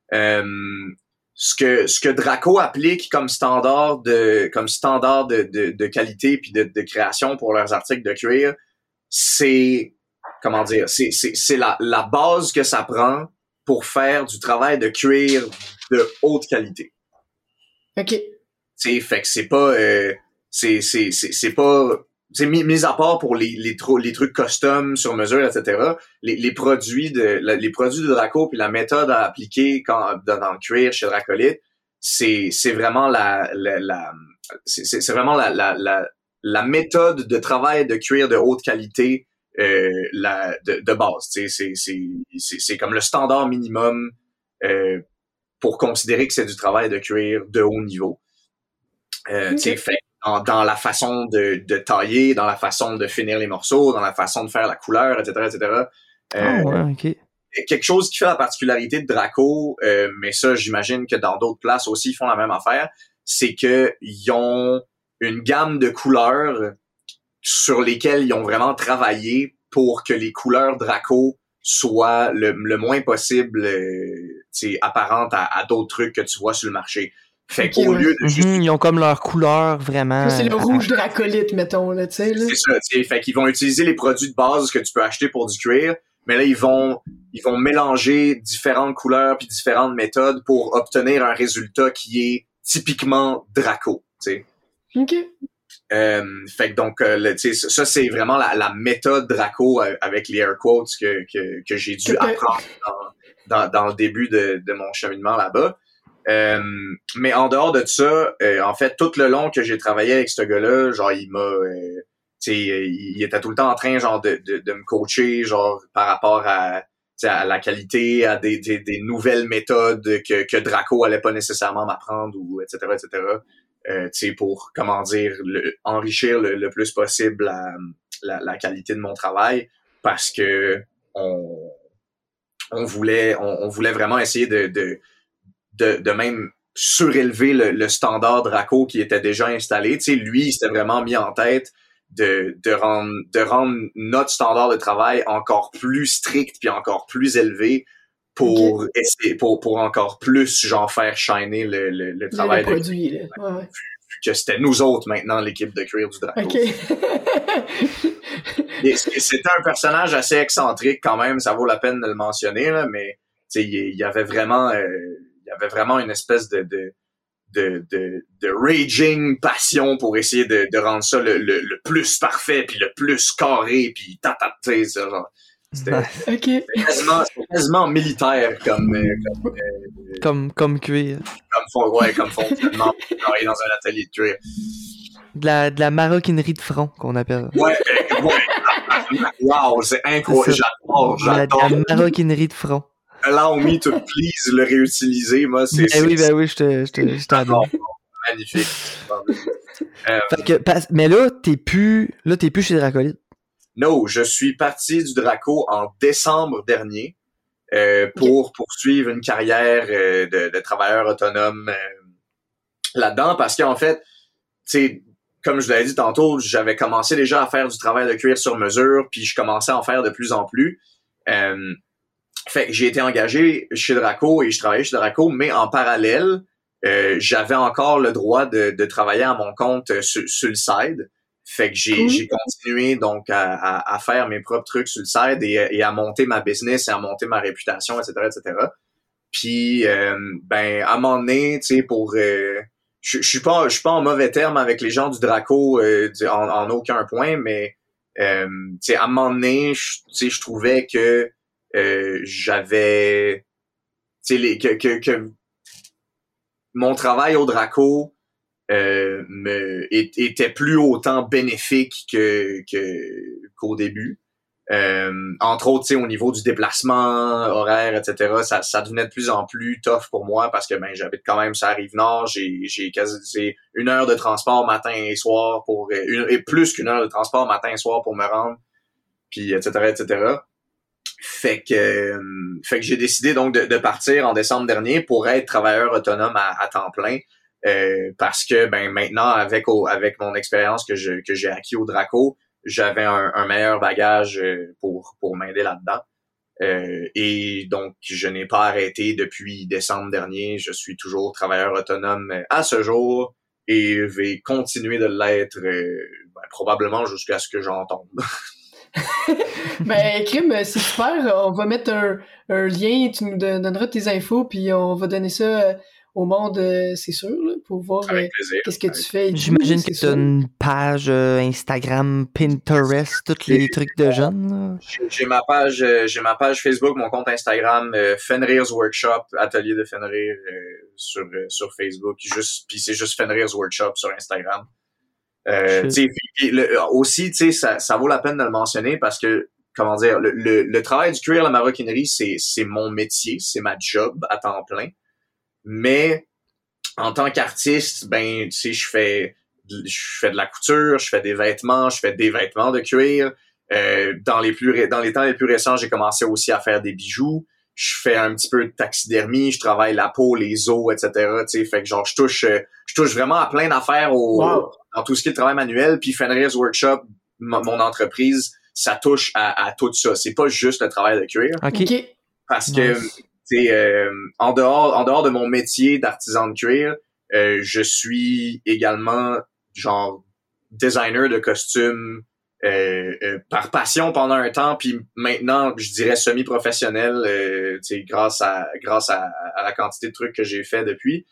Ce que Draco applique comme standard de qualité puis de création pour leurs articles de cuir, c'est, comment dire, c'est la base que ça prend pour faire du travail de cuir de haute qualité. OK. Tu sais, fait que c'est pas c'est pas, c'est mis à part pour les trucs custom sur mesure, etc. Les produits de Draco puis la méthode à appliquer dans le cuir chez Dracolite, c'est vraiment c'est vraiment la méthode de travail de cuir de haute qualité de base. C'est comme le standard minimum pour considérer que c'est du travail de cuir de haut niveau. Okay. Fait dans la façon de tailler, dans la façon de finir les morceaux, dans la façon de faire la couleur, etc., etc. Ouais, ok. quelque chose qui fait la particularité de Draco, mais ça, j'imagine que dans d'autres places aussi, ils font la même affaire, c'est que ils ont une gamme de couleurs sur lesquelles ils ont vraiment travaillé pour que les couleurs Draco soient le moins possible apparentes à d'autres trucs que tu vois sur le marché. Fait qu'au lieu de juste... Ils ont comme leur couleur vraiment... C'est le rouge dracolite, mettons, là, tu sais. C'est ça, tu sais. Fait qu'ils vont utiliser les produits de base que tu peux acheter pour du cuir, mais là, ils vont mélanger différentes couleurs puis différentes méthodes pour obtenir un résultat qui est typiquement Draco, tu sais. OK. Fait que donc, ça, c'est vraiment la méthode Draco avec les air quotes que j'ai dû apprendre dans le début de mon cheminement là-bas. Mais en dehors de ça, en fait, tout le long que j'ai travaillé avec ce gars-là, genre, il était tout le temps en train, genre, de me coacher, genre, par rapport à la qualité, à des nouvelles méthodes que Draco allait pas nécessairement m'apprendre, ou etc. Pour, comment dire, enrichir le plus possible la qualité de mon travail, parce que on voulait vraiment essayer de même surélever le standard Draco qui était déjà installé. Tu sais, lui, il s'était vraiment mis en tête de rendre notre standard de travail encore plus strict puis encore plus élevé pour essayer pour encore plus genre faire shiner le travail le produit, là. Ouais. Vu que c'était nous autres maintenant l'équipe de cuir du Draco. Okay. Et c'était un personnage assez excentrique quand même, ça vaut la peine de le mentionner là, mais tu sais il y avait vraiment une espèce de raging passion pour essayer de rendre ça le plus parfait puis le plus carré puis tu sais genre c'était quasiment militaire comme cuir. Comme fonctionnement dans un atelier de cuir. De la maroquinerie de front qu'on appelle. Ouais. Wow, c'est incroyable. J'adore. De la maroquinerie de front. Allow me to please le réutiliser, moi, c'est... oui, je t'adore. Magnifique. Mais là, t'es plus chez Dracolite. Non, je suis parti du Draco en décembre dernier pour poursuivre une carrière de travailleur autonome là-dedans, parce qu'en fait, tu sais, comme je l'avais dit tantôt, j'avais commencé déjà à faire du travail de cuir sur mesure, puis je commençais à en faire de plus en plus. Fait que j'ai été engagé chez Draco et je travaillais chez Draco, mais en parallèle, j'avais encore le droit de travailler à mon compte sur le side. Fait que j'ai continué donc à faire mes propres trucs sur le side et à monter ma business et à monter ma réputation, etc. Puis à un moment donné, tu sais, pour je suis pas en mauvais terme avec les gens du Draco en aucun point, mais tu sais, à un moment donné, je trouvais que j'avais, tu sais, que mon travail au Draco était plus autant bénéfique qu'au début. Entre autres, tu sais, au niveau du déplacement horaire, etc., ça devenait de plus en plus tough pour moi parce que j'habite quand même sur la Rive-Nord, j'ai quasi 1 heure de transport matin et soir et plus qu'1 heure de transport matin et soir pour me rendre, puis etc. Fait que j'ai décidé donc de partir en décembre dernier pour être travailleur autonome à temps plein. Parce que maintenant avec mon expérience que j'ai acquis au Draco, j'avais un meilleur bagage pour m'aider là-dedans. Et donc je n'ai pas arrêté depuis décembre dernier. Je suis toujours travailleur autonome à ce jour et vais continuer de l'être probablement jusqu'à ce que j'en tombe. Crime, c'est super. On va mettre un lien, tu nous donneras tes infos, puis on va donner ça au monde, c'est sûr, là, pour voir qu'est-ce que tu fais. J'imagine que tu as une page Instagram, Pinterest, tous les trucs de jeunes. J'ai ma page Facebook, mon compte Instagram, Fenrir's Workshop, atelier de Fenrir sur Facebook, puis c'est juste Fenrir's Workshop sur Instagram. Aussi, tu sais, ça vaut la peine de le mentionner parce que, comment dire, le travail du cuir, la maroquinerie, c'est mon métier, c'est ma job à temps plein. Mais en tant qu'artiste, tu sais, je fais de la couture, je fais des vêtements de cuir, Dans les temps les plus récents, j'ai commencé aussi à faire des bijoux. Je fais un petit peu de taxidermie, je travaille la peau, les os, etc. Tu sais, fait que genre je touche vraiment à plein d'affaires dans tout ce qui est le travail manuel. Puis Fenris Workshop, mon entreprise, ça touche à tout ça. C'est pas juste le travail de cuir. Okay. Parce que tu sais, en dehors de mon métier d'artisan de cuir, je suis également genre designer de costumes. Par passion pendant un temps, puis maintenant, je dirais semi-professionnel, grâce à la quantité de trucs que j'ai fait depuis.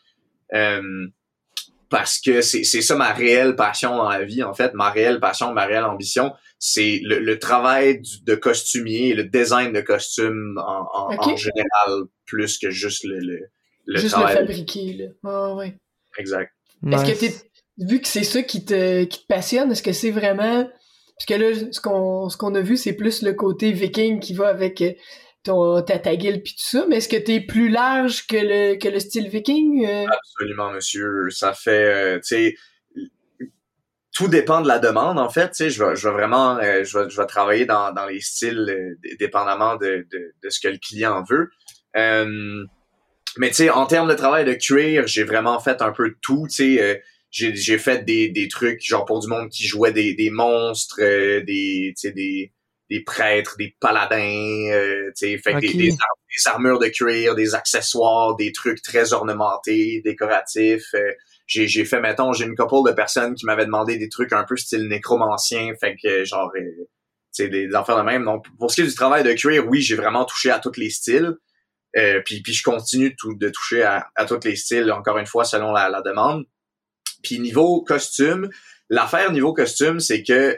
Parce que c'est ça ma réelle passion dans la vie, en fait. Ma réelle passion, ma réelle ambition, c'est le travail de costumier, le design de costumes en général, plus que juste le juste travail. Le fabriquer, là. Oh, ouais. Exact. Est-ce que vu que c'est ça qui te passionne, est-ce que c'est vraiment... Parce que là, ce qu'on a vu, c'est plus le côté viking qui va avec ta guilde pis tout ça, mais est-ce que t'es plus large que le style viking? Absolument, monsieur. Ça fait, tu sais, tout dépend de la demande, en fait. Tu sais, je vais vraiment, je vais travailler dans les styles dépendamment de ce que le client veut. Mais tu sais, en termes de travail de cuir, j'ai vraiment fait un peu de tout, tu sais. J'ai fait des trucs genre pour du monde qui jouait des monstres, des prêtres, des paladins, fait que des armures de cuir, des accessoires, des trucs très ornementés, décoratifs. J'ai fait, mettons, j'ai une couple de personnes qui m'avaient demandé des trucs un peu style nécromancien, fait que genre des affaires de même. Donc pour ce qui est du travail de cuir, oui, j'ai vraiment touché à tous les styles. Puis je continue de toucher à tous les styles, encore une fois, selon la demande. Puis niveau costume, l'affaire niveau costume, c'est que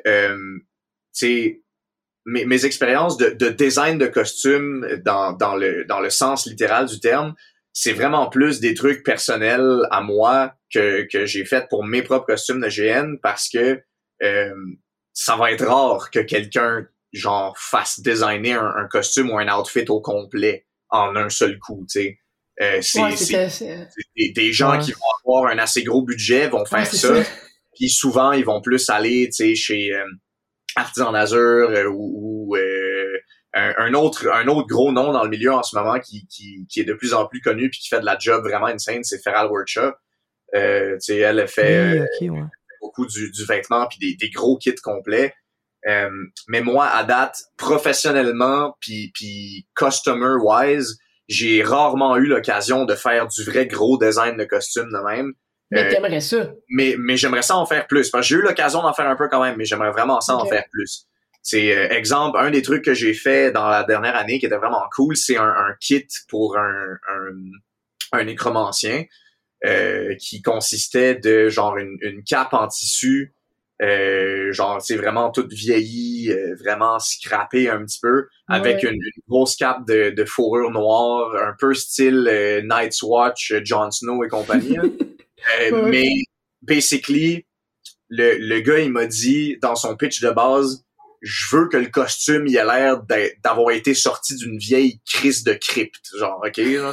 mes expériences de design de costume dans le sens littéral du terme, c'est vraiment plus des trucs personnels à moi que j'ai fait pour mes propres costumes de GN, parce que ça va être rare que quelqu'un genre fasse designer un costume ou un outfit au complet en un seul coup, tu sais. C'est des gens qui vont avoir un assez gros budget vont faire ça. Puis souvent ils vont plus aller, tu sais, chez Artisan Azur ou un autre gros nom dans le milieu en ce moment qui est de plus en plus connu puis qui fait de la job vraiment insane, c'est Feral Workshop. Tu sais, elle fait beaucoup du vêtement puis des gros kits complets. Mais moi, à date, professionnellement puis customer wise, j'ai rarement eu l'occasion de faire du vrai gros design de costume de même. Mais t'aimerais ça. Mais j'aimerais ça en faire plus. Parce que j'ai eu l'occasion d'en faire un peu quand même, mais j'aimerais vraiment ça en faire plus. C'est exemple, un des trucs que j'ai fait dans la dernière année qui était vraiment cool, c'est un kit pour un nécromancien qui consistait de genre une cape en tissu, genre c'est vraiment toute vieillie, vraiment scrappée un petit peu, avec une grosse cape de fourrure noire, un peu style Night's Watch, Jon Snow et compagnie. Mais basically, le gars il m'a dit dans son pitch de base, je veux que le costume il a l'air d'avoir été sorti d'une vieille crise de crypte, genre, ok, genre.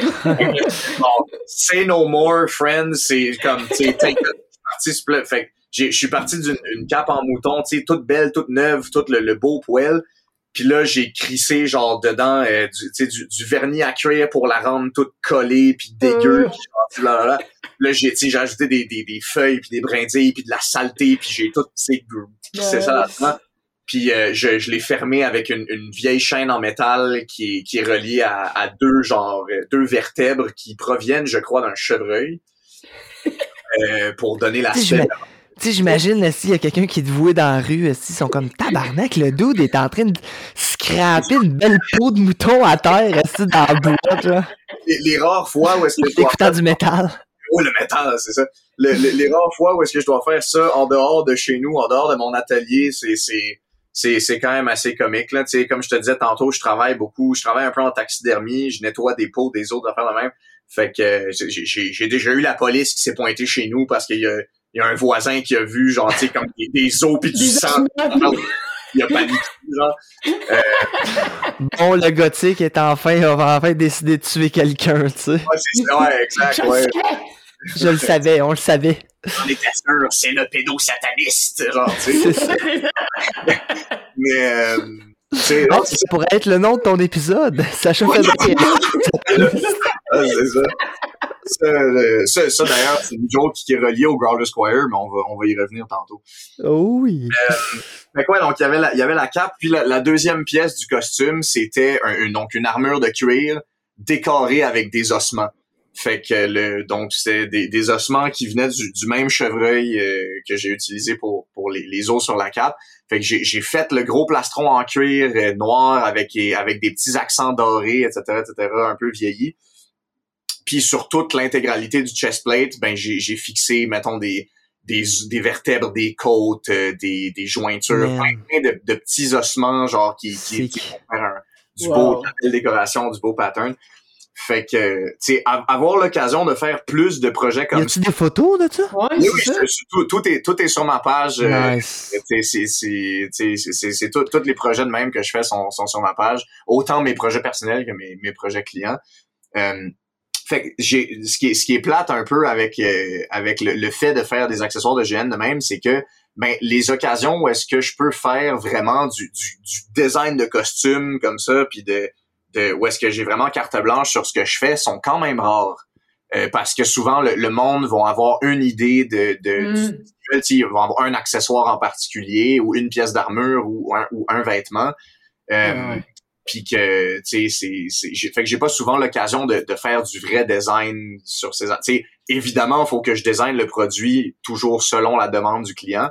Say no more, friends, c'est comme, tu sais, fait je suis parti d'une cape en mouton, tu sais, toute belle, toute neuve, tout le beau poêle. Puis là, j'ai crissé genre dedans du vernis à cuir pour la rendre toute collée puis dégueu. Puis genre, là j'ai ajouté des feuilles puis des brindilles puis de la saleté puis j'ai tout crissé ça là-dedans. Puis je l'ai fermé avec une vieille chaîne en métal qui est reliée à deux vertèbres qui proviennent, je crois, d'un chevreuil pour donner l'aspect. Tu sais, j'imagine, s'il y a quelqu'un qui est voué dans la rue, ils sont comme tabarnak, le dude est en train de scraper une belle peau de mouton à terre, assis dans la boîte, là. Les rares fois où est-ce que je dois écoutant du métal. Oui, le métal, c'est ça. Les rares fois où est-ce que je dois faire ça en dehors de chez nous, en dehors de mon atelier, c'est quand même assez comique, là. Tu sais, comme je te disais tantôt, je travaille beaucoup, je travaille un peu en taxidermie, je nettoie des peaux, des autres affaires de même. Fait que j'ai déjà eu la police qui s'est pointée chez nous parce qu'il y a un voisin qui a vu, genre, tu sais, comme des os pis du sang. Il a paniqué, genre. Bon, le gothique va enfin décider de tuer quelqu'un, tu sais. Ouais, exact, ouais. Je le savais, on le savait. On était sûr, c'est le pédosataniste, genre, tu sais. C'est ça. Mais, ça pourrait être le nom de ton épisode. Sacha Fedoruk. Ah, c'est ça. Ça, d'ailleurs, c'est une joke qui est reliée au Growler Squire, mais on va y revenir tantôt. Oh oui. Fait quoi, donc il y avait la cape, puis la deuxième pièce du costume, c'était donc une armure de cuir décorée avec des ossements. Fait que donc c'était des ossements qui venaient du même chevreuil que j'ai utilisé pour les os sur la cape. Fait que j'ai fait le gros plastron en cuir noir avec des petits accents dorés, etc., un peu vieillis. Puis sur toute l'intégralité du chestplate, ben j'ai fixé, mettons, des vertèbres, des côtes, des jointures, plein de petits ossements, genre qui vont faire du beau, de la belle décoration, du beau pattern. Fait que, tu sais, avoir l'occasion de faire plus de projets comme ça. Y a-tu des photos de ça? Ouais, oui, tout est sur ma page. Nice. C'est tous les projets de même que je fais sont sur ma page. Autant mes projets personnels que mes projets clients. Fait que ce qui est plate un peu avec le fait de faire des accessoires de GN de même, c'est que ben les occasions où est-ce que je peux faire vraiment du design de costume comme ça, puis de où est-ce que j'ai vraiment carte blanche sur ce que je fais, sont quand même rares. Parce que souvent le monde va avoir une idée ils vont avoir un accessoire en particulier ou une pièce d'armure ou un vêtement. Puis que tu sais fait que j'ai pas souvent l'occasion de faire du vrai design sur ces, tu sais, évidemment il faut que je design le produit toujours selon la demande du client.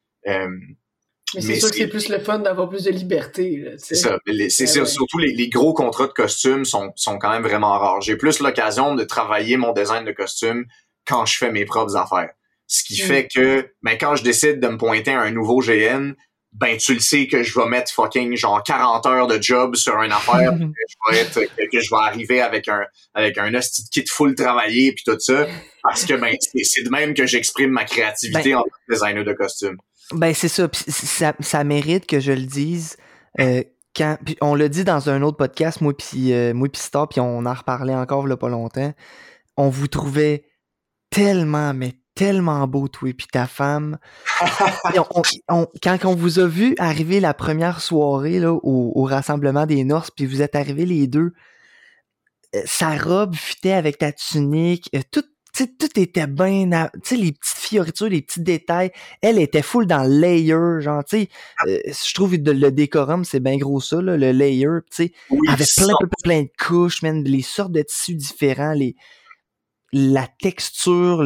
Mais c'est sûr que c'est plus le fun d'avoir plus de liberté, là, c'est ça. Surtout les gros contrats de costumes sont quand même vraiment rares. J'ai plus l'occasion de travailler mon design de costume quand je fais mes propres affaires. Ce qui fait que ben quand je décide de me pointer à un nouveau GN, ben tu le sais que je vais mettre fucking genre 40 heures de job sur une affaire, que je vais arriver avec un hostie de kit full travaillé puis tout ça, parce que ben c'est de même que j'exprime ma créativité en tant que designer de costume. Ben c'est ça, pis ça mérite que je le dise. Puis on l'a dit dans un autre podcast, moi puis Star, puis on en reparlait encore il y a pas longtemps. On vous trouvait tellement beau, toi et puis ta femme. Quand on vous a vu arriver la première soirée là, au rassemblement des Norses, puis vous êtes arrivés les deux, sa robe fitait avec ta tunique, tout était bien, tu sais, les petites fioritures, les petits détails, elle était full dans le layer, genre, tu sais, je trouve que le décorum, c'est bien gros ça, là, le layer, tu sais, avec plein de couches, man, les sortes de tissus différents, la texture,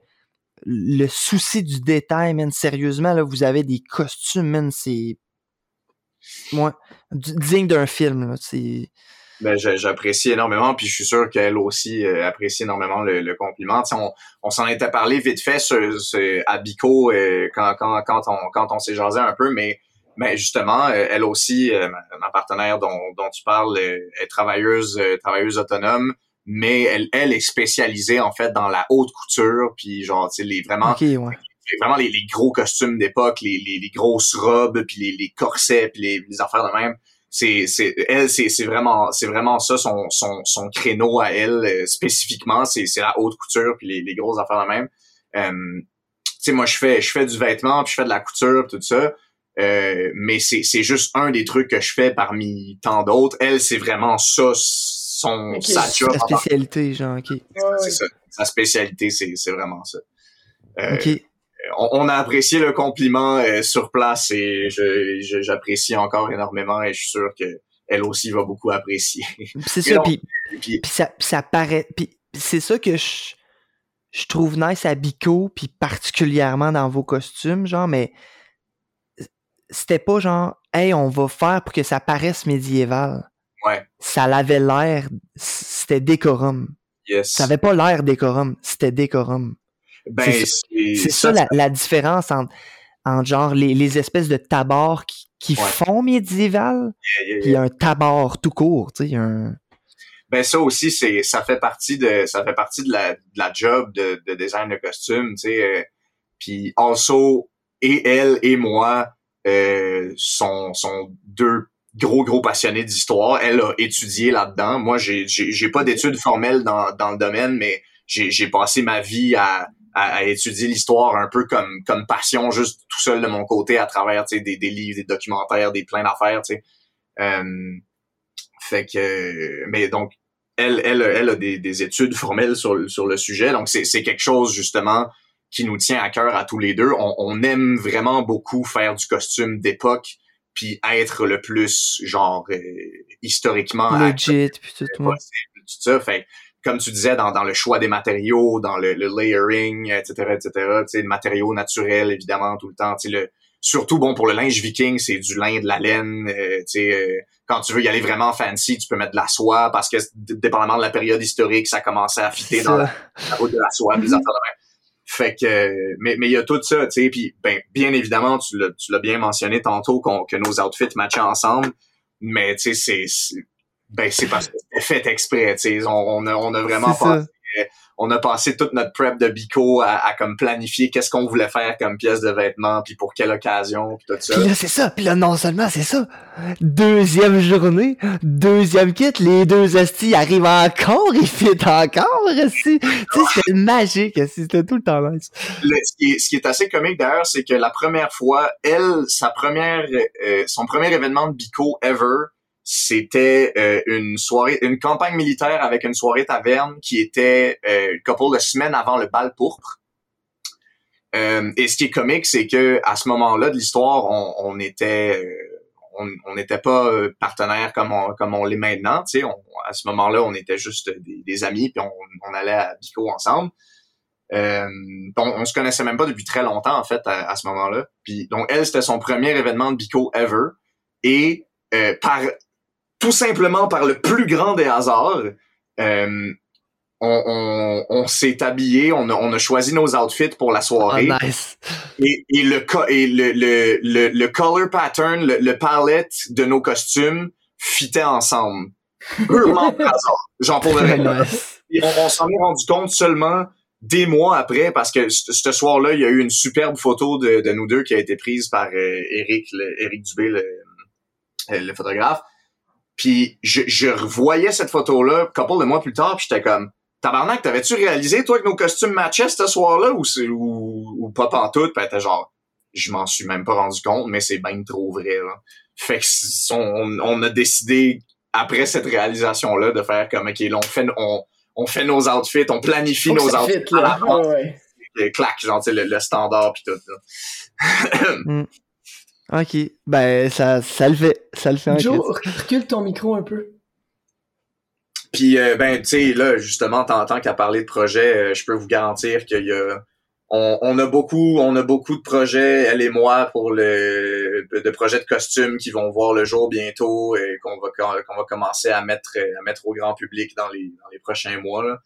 le souci du détail, man, sérieusement, là, vous avez des costumes, man, c'est... Ouais, digne d'un film, là, c'est... Ben, j'apprécie énormément, puis je suis sûr qu'elle aussi apprécie énormément le compliment. T'sais, on s'en était parlé vite fait à Bico quand on s'est jasé un peu, mais justement, elle aussi, ma partenaire dont tu parles, est travailleuse autonome, mais elle est spécialisée en fait dans la haute couture, puis genre tu sais vraiment les gros costumes d'époque, les grosses robes, puis les corsets, puis les affaires de même. C'est vraiment ça son créneau à elle spécifiquement, c'est la haute couture puis les grosses affaires de même. Tu sais moi je fais du vêtement puis je fais de la couture tout ça, mais c'est juste un des trucs que je fais parmi tant d'autres. Elle c'est vraiment ça sa job, sa spécialité genre. C'est ça, sa spécialité c'est vraiment ça. OK. On a apprécié le compliment sur place et j'apprécie encore énormément et je suis sûr que elle aussi va beaucoup apprécier. C'est ça, puis ça paraît, puis c'est ça que je trouve nice à Bico, puis particulièrement dans vos costumes, genre, mais c'était pas genre, hey, on va faire pour que ça paraisse médiéval. Ouais. Ça avait l'air, c'était décorum. Yes. Ça avait pas l'air décorum, c'était décorum. Ben, c'est ça la différence entre genre les espèces de tabards qui font médiéval, puis un tabard tout court, tu sais, Ben ça aussi ça fait partie de la job de design de costume, tu sais, puis also et elle et moi sont deux gros passionnés d'histoire. Elle a étudié là-dedans. Moi j'ai pas d'études formelles dans le domaine, mais j'ai passé ma vie à étudier l'histoire un peu comme passion, juste tout seul de mon côté à travers, tu sais, des livres, des documentaires, plein d'affaires, tu sais. Fait que, mais donc, elle a des études formelles sur le sujet, donc c'est quelque chose, justement, qui nous tient à cœur à tous les deux. On aime vraiment beaucoup faire du costume d'époque, puis être le plus, genre, historiquement legit, puis tout, possible, tout ça. Fait comme tu disais, dans le choix des matériaux, dans le layering, etc., tu sais, le matériau naturel, évidemment, tout le temps, tu sais, surtout, bon, pour le linge viking, c'est du lin, de la laine, tu sais, quand tu veux y aller vraiment fancy, tu peux mettre de la soie, parce que, dépendamment de la période historique, ça commençait à fitter dans la route de la soie, des affaires de même. Fait que, mais il y a tout ça, tu sais, puis bien évidemment, tu l'as bien mentionné tantôt que nos outfits matchaient ensemble, mais tu sais, c'est parce que c'était fait exprès, tu sais, on a vraiment on a passé toute notre prep de Bico à comme planifier qu'est-ce qu'on voulait faire comme pièce de vêtements, puis pour quelle occasion, puis tout ça. Puis là, c'est ça. Puis là, non seulement c'est ça. Deuxième journée, deuxième kit, les deux hosties arrivent encore, ils fit encore, tu sais, c'était magique, c'était tout le temps là. Ce qui est assez comique d'ailleurs, c'est que la première fois, son premier événement de Bico ever, c'était une campagne militaire avec une soirée taverne qui était une couple de semaines avant le bal pourpre. Et ce qui est comique, c'est que à ce moment-là de l'histoire, on n'était pas partenaires comme on l'est maintenant. Tu sais, à ce moment-là, on était juste des amis, puis on allait à Bico ensemble. On se connaissait même pas depuis très longtemps en fait à ce moment-là. Puis donc elle, c'était son premier événement de Bico ever, et tout simplement par le plus grand des hasards, on s'est habillé, on a choisi nos outfits pour la soirée. Oh, nice. Et le color pattern, le palette de nos costumes fitait ensemble. Purement par hasard. Genre pour le reste. Et on s'en est rendu compte seulement des mois après, parce que ce soir-là, il y a eu une superbe photo de nous deux qui a été prise par Éric Dubé, le photographe. Puis je revoyais cette photo-là couple de mois plus tard, puis j'étais comme, tabarnak, t'avais-tu réalisé, toi, que nos costumes matchaient ce soir-là, ou pas pantoute? Puis elle était genre, je m'en suis même pas rendu compte, mais c'est bien trop vrai, là. Fait que on a décidé, après cette réalisation-là, de faire comme, OK, là, on fait nos outfits, on planifie nos outfits à l'avance. Clac, genre, tu sais, le standard pis tout, là. OK. Ben, ça le fait. Joe, recule ton micro un peu. Puis, tu sais, là, justement, tant qu'à parler de projet, je peux vous garantir qu'il y a... On a beaucoup de projets, elle et moi, de projets de costumes qui vont voir le jour bientôt et qu'on va commencer à mettre au grand public dans les prochains mois, là.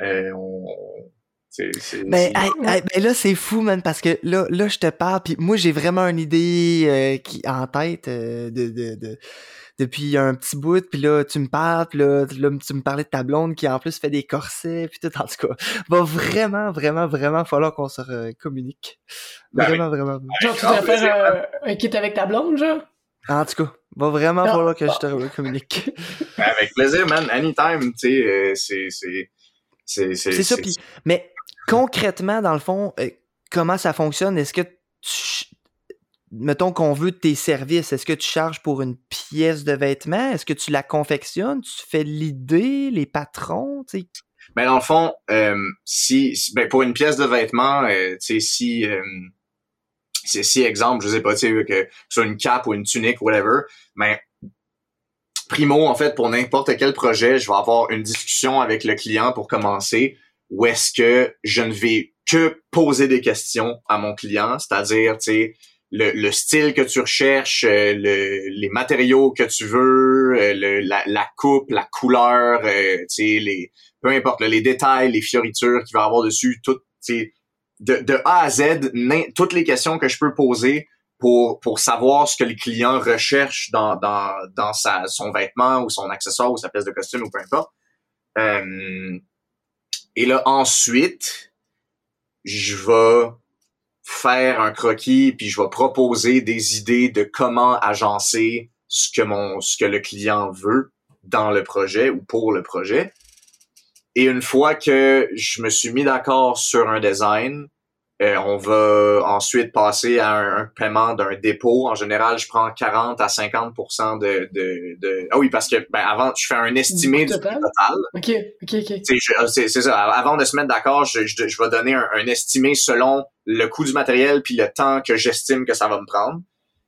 Ben là c'est fou, man, parce que là je te parle, puis moi j'ai vraiment une idée en tête depuis un petit bout, puis là tu me parles, puis là tu me parlais de ta blonde qui en plus fait des corsets, puis tout, en tout cas va vraiment falloir qu'on se communique. Vraiment. Genre tu vas faire un kit avec ta blonde, genre? En tout cas, va vraiment falloir que je te communique. Avec plaisir, man, anytime, tu sais, c'est ça. Puis, mais concrètement, dans le fond, comment ça fonctionne? Est-ce que mettons qu'on veut tes services, est-ce que tu charges pour une pièce de vêtement? Est-ce que tu la confectionnes? Tu fais l'idée, les patrons? T'sais? Ben dans le fond, pour une pièce de vêtement, tu sais, si exemple, je sais pas, tu sais, que ce soit une cape ou une tunique, whatever, mais primo, en fait, pour n'importe quel projet, je vais avoir une discussion avec le client pour commencer, où est-ce que je ne vais que poser des questions à mon client, c'est-à-dire, tu sais, le style que tu recherches, les matériaux que tu veux, la coupe, la couleur, tu sais, peu importe, les détails, les fioritures qu'il va y avoir dessus, tout, tu sais, de A à Z, toutes les questions que je peux poser pour savoir ce que les clients recherchent dans son vêtement ou son accessoire ou sa pièce de costume ou peu importe. Et là, ensuite, je vais faire un croquis puis je vais proposer des idées de comment agencer ce que le client veut dans le projet ou pour le projet. Et une fois que je me suis mis d'accord sur un design, on va ensuite passer à un paiement d'un dépôt. En général, je prends 40 à 50% de... Ah oui, parce que avant, je fais un estimé du total. OK. C'est ça. Avant de se mettre d'accord, je vais donner un estimé selon le coût du matériel puis le temps que j'estime que ça va me prendre.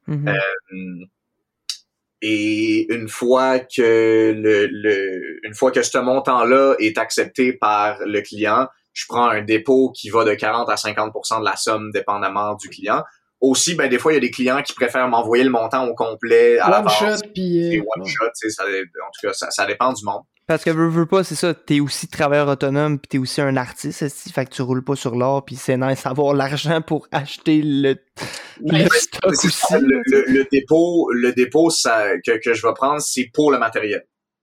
Et une fois que une fois que ce montant-là est accepté par le client, je prends un dépôt qui va de 40 à 50% de la somme, dépendamment du client. Aussi, des fois, il y a des clients qui préfèrent m'envoyer le montant au complet à l'avance. One shot, puis... one shot, en tout cas, ça dépend du monde. Parce que veux pas, c'est ça, t'es aussi travailleur autonome puis t'es aussi un artiste, fait que tu roules pas sur l'or puis c'est nice d'avoir l'argent pour acheter le stock aussi. Le dépôt ça, que je vais prendre, c'est pour le matériel.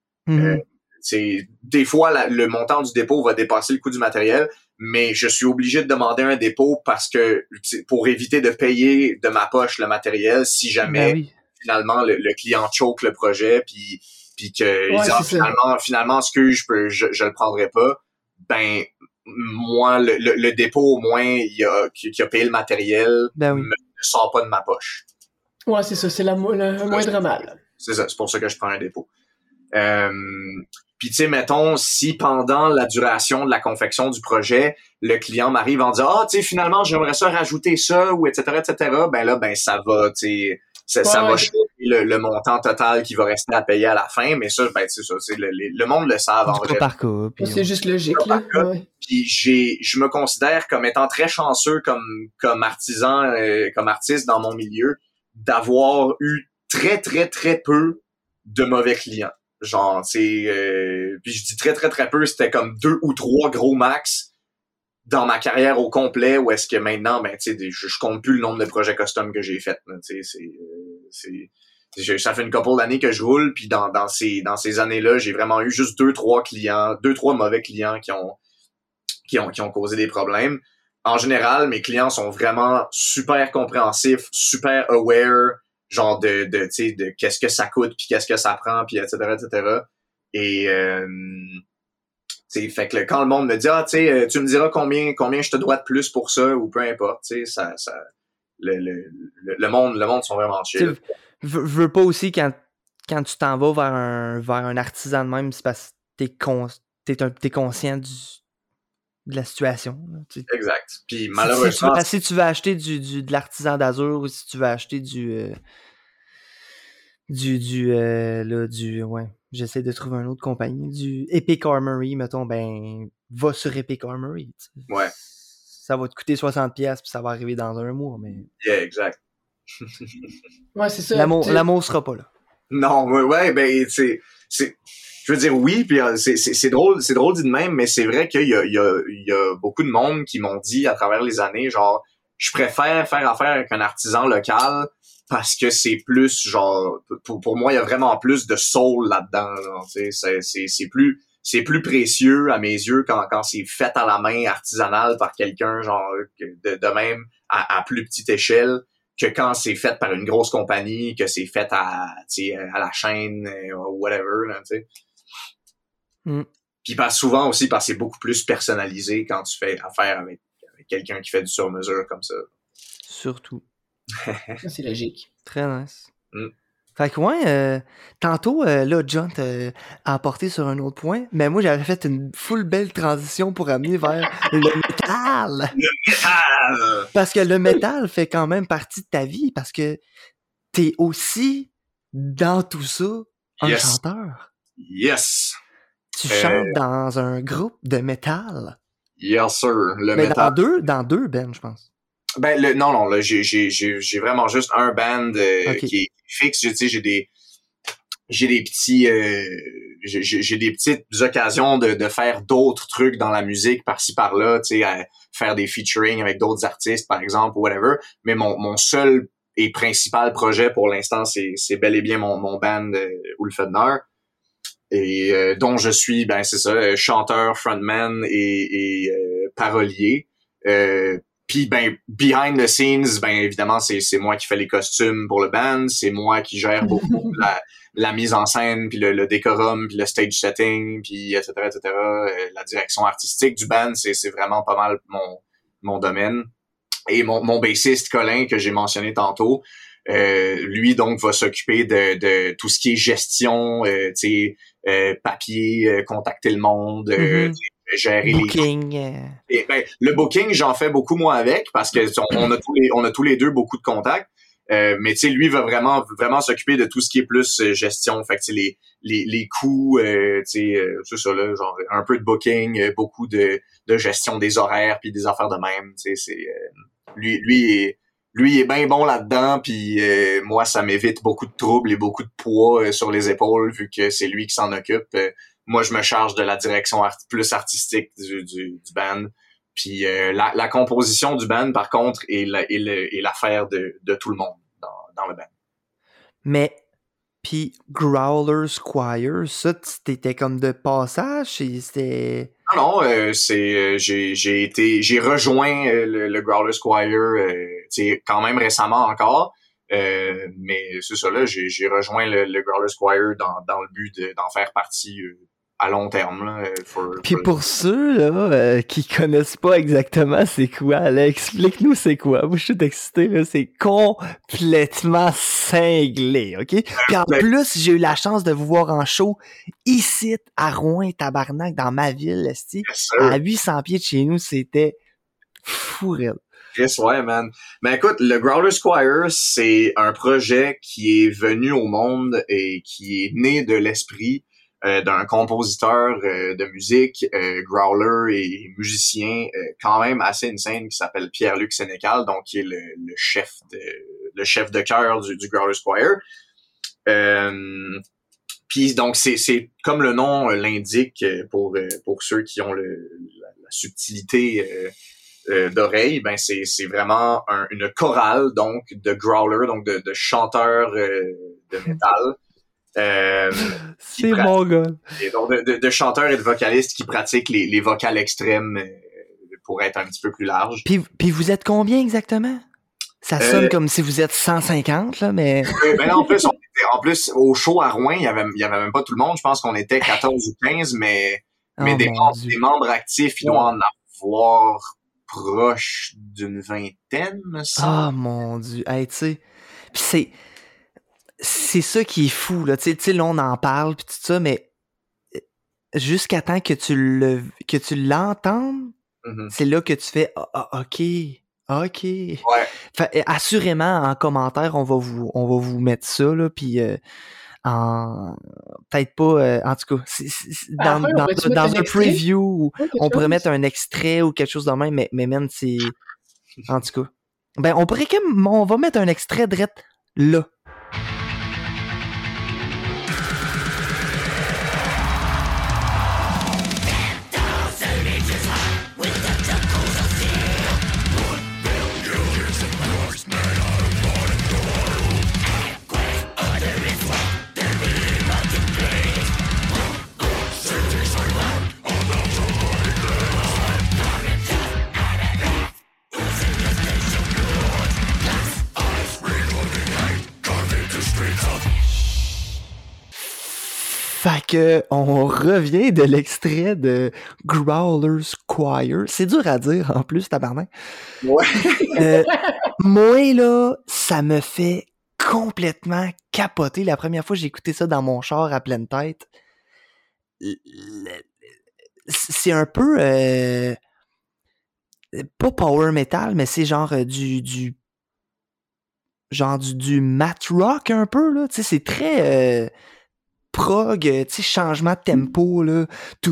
Des fois, le montant du dépôt va dépasser le coût du matériel, mais je suis obligé de demander un dépôt parce que pour éviter de payer de ma poche le matériel si jamais finalement le client choke le projet puis que il dit finalement excuse, je le prendrai pas. Moi le dépôt au moins qui a payé le matériel ne sort pas de ma poche. Ouais, c'est ça, c'est le moindre mal. C'est ça, c'est pour ça que je prends un dépôt. Puis tu sais, mettons, si pendant la duration de la confection du projet, le client m'arrive en disant tu sais, finalement j'aimerais ça rajouter ça ou etc., ça va, tu sais, ça va changer le montant total qui va rester à payer à la fin, mais ça, c'est ça, c'est le monde le savent en vrai. C'est juste logique, là. Puis je me considère comme étant très chanceux comme artisan, comme artiste dans mon milieu, d'avoir eu très, très, très peu de mauvais clients. Genre, puis je dis très, très, très peu, c'était comme 2 ou 3 gros max dans ma carrière au complet, où est-ce que maintenant, je compte plus le nombre de projets custom que j'ai fait. Ça fait une couple d'années que je roule, puis dans ces années-là, j'ai vraiment eu juste 2-3 clients, 2-3 mauvais clients qui ont causé des problèmes. En général, mes clients sont vraiment super compréhensifs, super aware, genre de qu'est-ce que ça coûte, puis qu'est-ce que ça prend, puis etc., etc. Et fait que quand le monde me dit tu me diras combien je te dois de plus pour ça ou peu importe, le monde sont vraiment chill. Je veux pas aussi quand tu t'en vas vers un artisan de même, c'est parce que t'es conscient de la situation. Exact. Puis malheureusement, si tu veux acheter de l'artisan d'Azur ou si tu veux acheter j'essaie de trouver une autre compagnie, du Epic Armory, mettons, va sur Epic Armory. Ouais. Ça va te coûter 60$ puis ça va arriver dans un mois, mais... Yeah, exact. Ouais, c'est ça. L'amour sera pas là. Non, je veux dire oui, puis c'est drôle dit de même, mais c'est vrai qu'il y a beaucoup de monde qui m'ont dit à travers les années, genre, je préfère faire affaire avec un artisan local parce que c'est plus, genre, pour moi, il y a vraiment plus de soul là-dedans, genre, c'est plus précieux à mes yeux quand c'est fait à la main, artisanal par quelqu'un, genre, de même à plus petite échelle, que quand c'est fait par une grosse compagnie, que c'est fait à la chaîne, whatever, là, tu sais. Puis souvent aussi parce que c'est beaucoup plus personnalisé quand tu fais affaire avec quelqu'un qui fait du sur-mesure comme ça. Surtout. C'est logique. Très nice. Fait que tantôt, là, John t'a apporté sur un autre point, mais moi, j'avais fait une full belle transition pour amener vers le métal. Le métal! Parce que le métal fait quand même partie de ta vie, parce que t'es aussi, dans tout ça, un chanteur. Yes! Tu chantes dans un groupe de métal. Yes, sir. Le mais métal. Dans deux bands, je pense. Non, là, j'ai vraiment juste un band qui est fixe. J'ai des petits, j'ai des petites occasions de faire d'autres trucs dans la musique par-ci par-là, tu sais, faire des featuring avec d'autres artistes, par exemple, ou whatever. Mais mon seul et principal projet pour l'instant, c'est bel et bien mon band Ulfednar. Et dont je suis, c'est ça, chanteur, frontman et parolier. Puis ben behind the scenes, ben évidemment c'est moi qui fais les costumes pour le band, c'est moi qui gère beaucoup la mise en scène, puis le décorum, puis le stage setting, puis etc. La direction artistique du band, c'est vraiment pas mal mon domaine. Et mon bassiste Colin que j'ai mentionné tantôt, lui donc va s'occuper de tout ce qui est gestion, papier, contacter le monde, gérer booking. Et, ben, le booking, j'en fais beaucoup moi avec parce que on a tous les deux beaucoup de contacts. Mais tu sais, lui va vraiment s'occuper de tout ce qui est plus gestion. Fait que tu sais, les coûts, c'est ça là, genre un peu de booking, beaucoup de gestion des horaires puis des affaires de même. Tu sais, c'est lui est bien bon là-dedans. Puis moi, ça m'évite beaucoup de troubles et beaucoup de poids sur les épaules vu que c'est lui qui s'en occupe. Moi, je me charge de la direction plus artistique du band. Puis la composition du band, par contre, est l'affaire de tout le monde dans le band. Mais, puis Growler Squire, ça, t'étais comme de passage? C'était... Non, j'ai rejoint le Growler Squire quand même récemment encore. Mais c'est ça là, j'ai rejoint le Growler Squire dans le but d'en faire partie à long terme là. Puis pour ceux là qui connaissent pas exactement c'est quoi, là, explique-nous c'est quoi. Moi je suis excité là, c'est complètement cinglé, ok. Puis en plus j'ai eu la chance de vous voir en show ici à Rouen, tabarnak, dans ma ville, esti, à 800 pieds de chez nous, c'était fou raide. Yes, ouais, man. Mais écoute, le Growler Squire, c'est un projet qui est venu au monde et qui est né de l'esprit d'un compositeur de musique, growler et musicien quand même assez insane qui s'appelle Pierre-Luc Sénécal, donc qui est le chef de chœur du Growler Squire. Puis donc c'est comme le nom l'indique pour ceux qui ont la subtilité d'oreille, ben c'est vraiment une chorale donc de growler, donc de chanteurs de métal. C'est mon gars. Donc de chanteurs et de vocalistes qui pratiquent les vocales extrêmes pour être un petit peu plus large. Puis vous êtes combien exactement? Ça sonne comme si vous êtes 150 là, mais ben en plus au show à Rouen, il y avait même pas tout le monde, je pense qu'on était 14 ou 15 mais des membres actifs, il doit en avoir proche d'une vingtaine, me semble. Ah mon Dieu, hey, tu sais, puis c'est ça qui est fou là, tu sais là on en parle puis tout ça, mais jusqu'à temps que tu l'entendes, c'est là que tu fais ok. Ouais. Fait, assurément en commentaire on va vous mettre ça là, puis peut-être pas en tout cas dans un preview on pourrait mettre un extrait ou quelque chose de même, mais même c'est en tout cas ben on va mettre un extrait direct là. Fait que on revient de l'extrait de Growler Squire. C'est dur à dire en plus, tabarnak. Ouais. Moi là, ça me fait complètement capoter. La première fois que j'ai écouté ça dans mon char à pleine tête, c'est un peu pas power metal, mais c'est genre du mat rock un peu là. Tu sais, c'est très prog, tu sais, changement de tempo, là.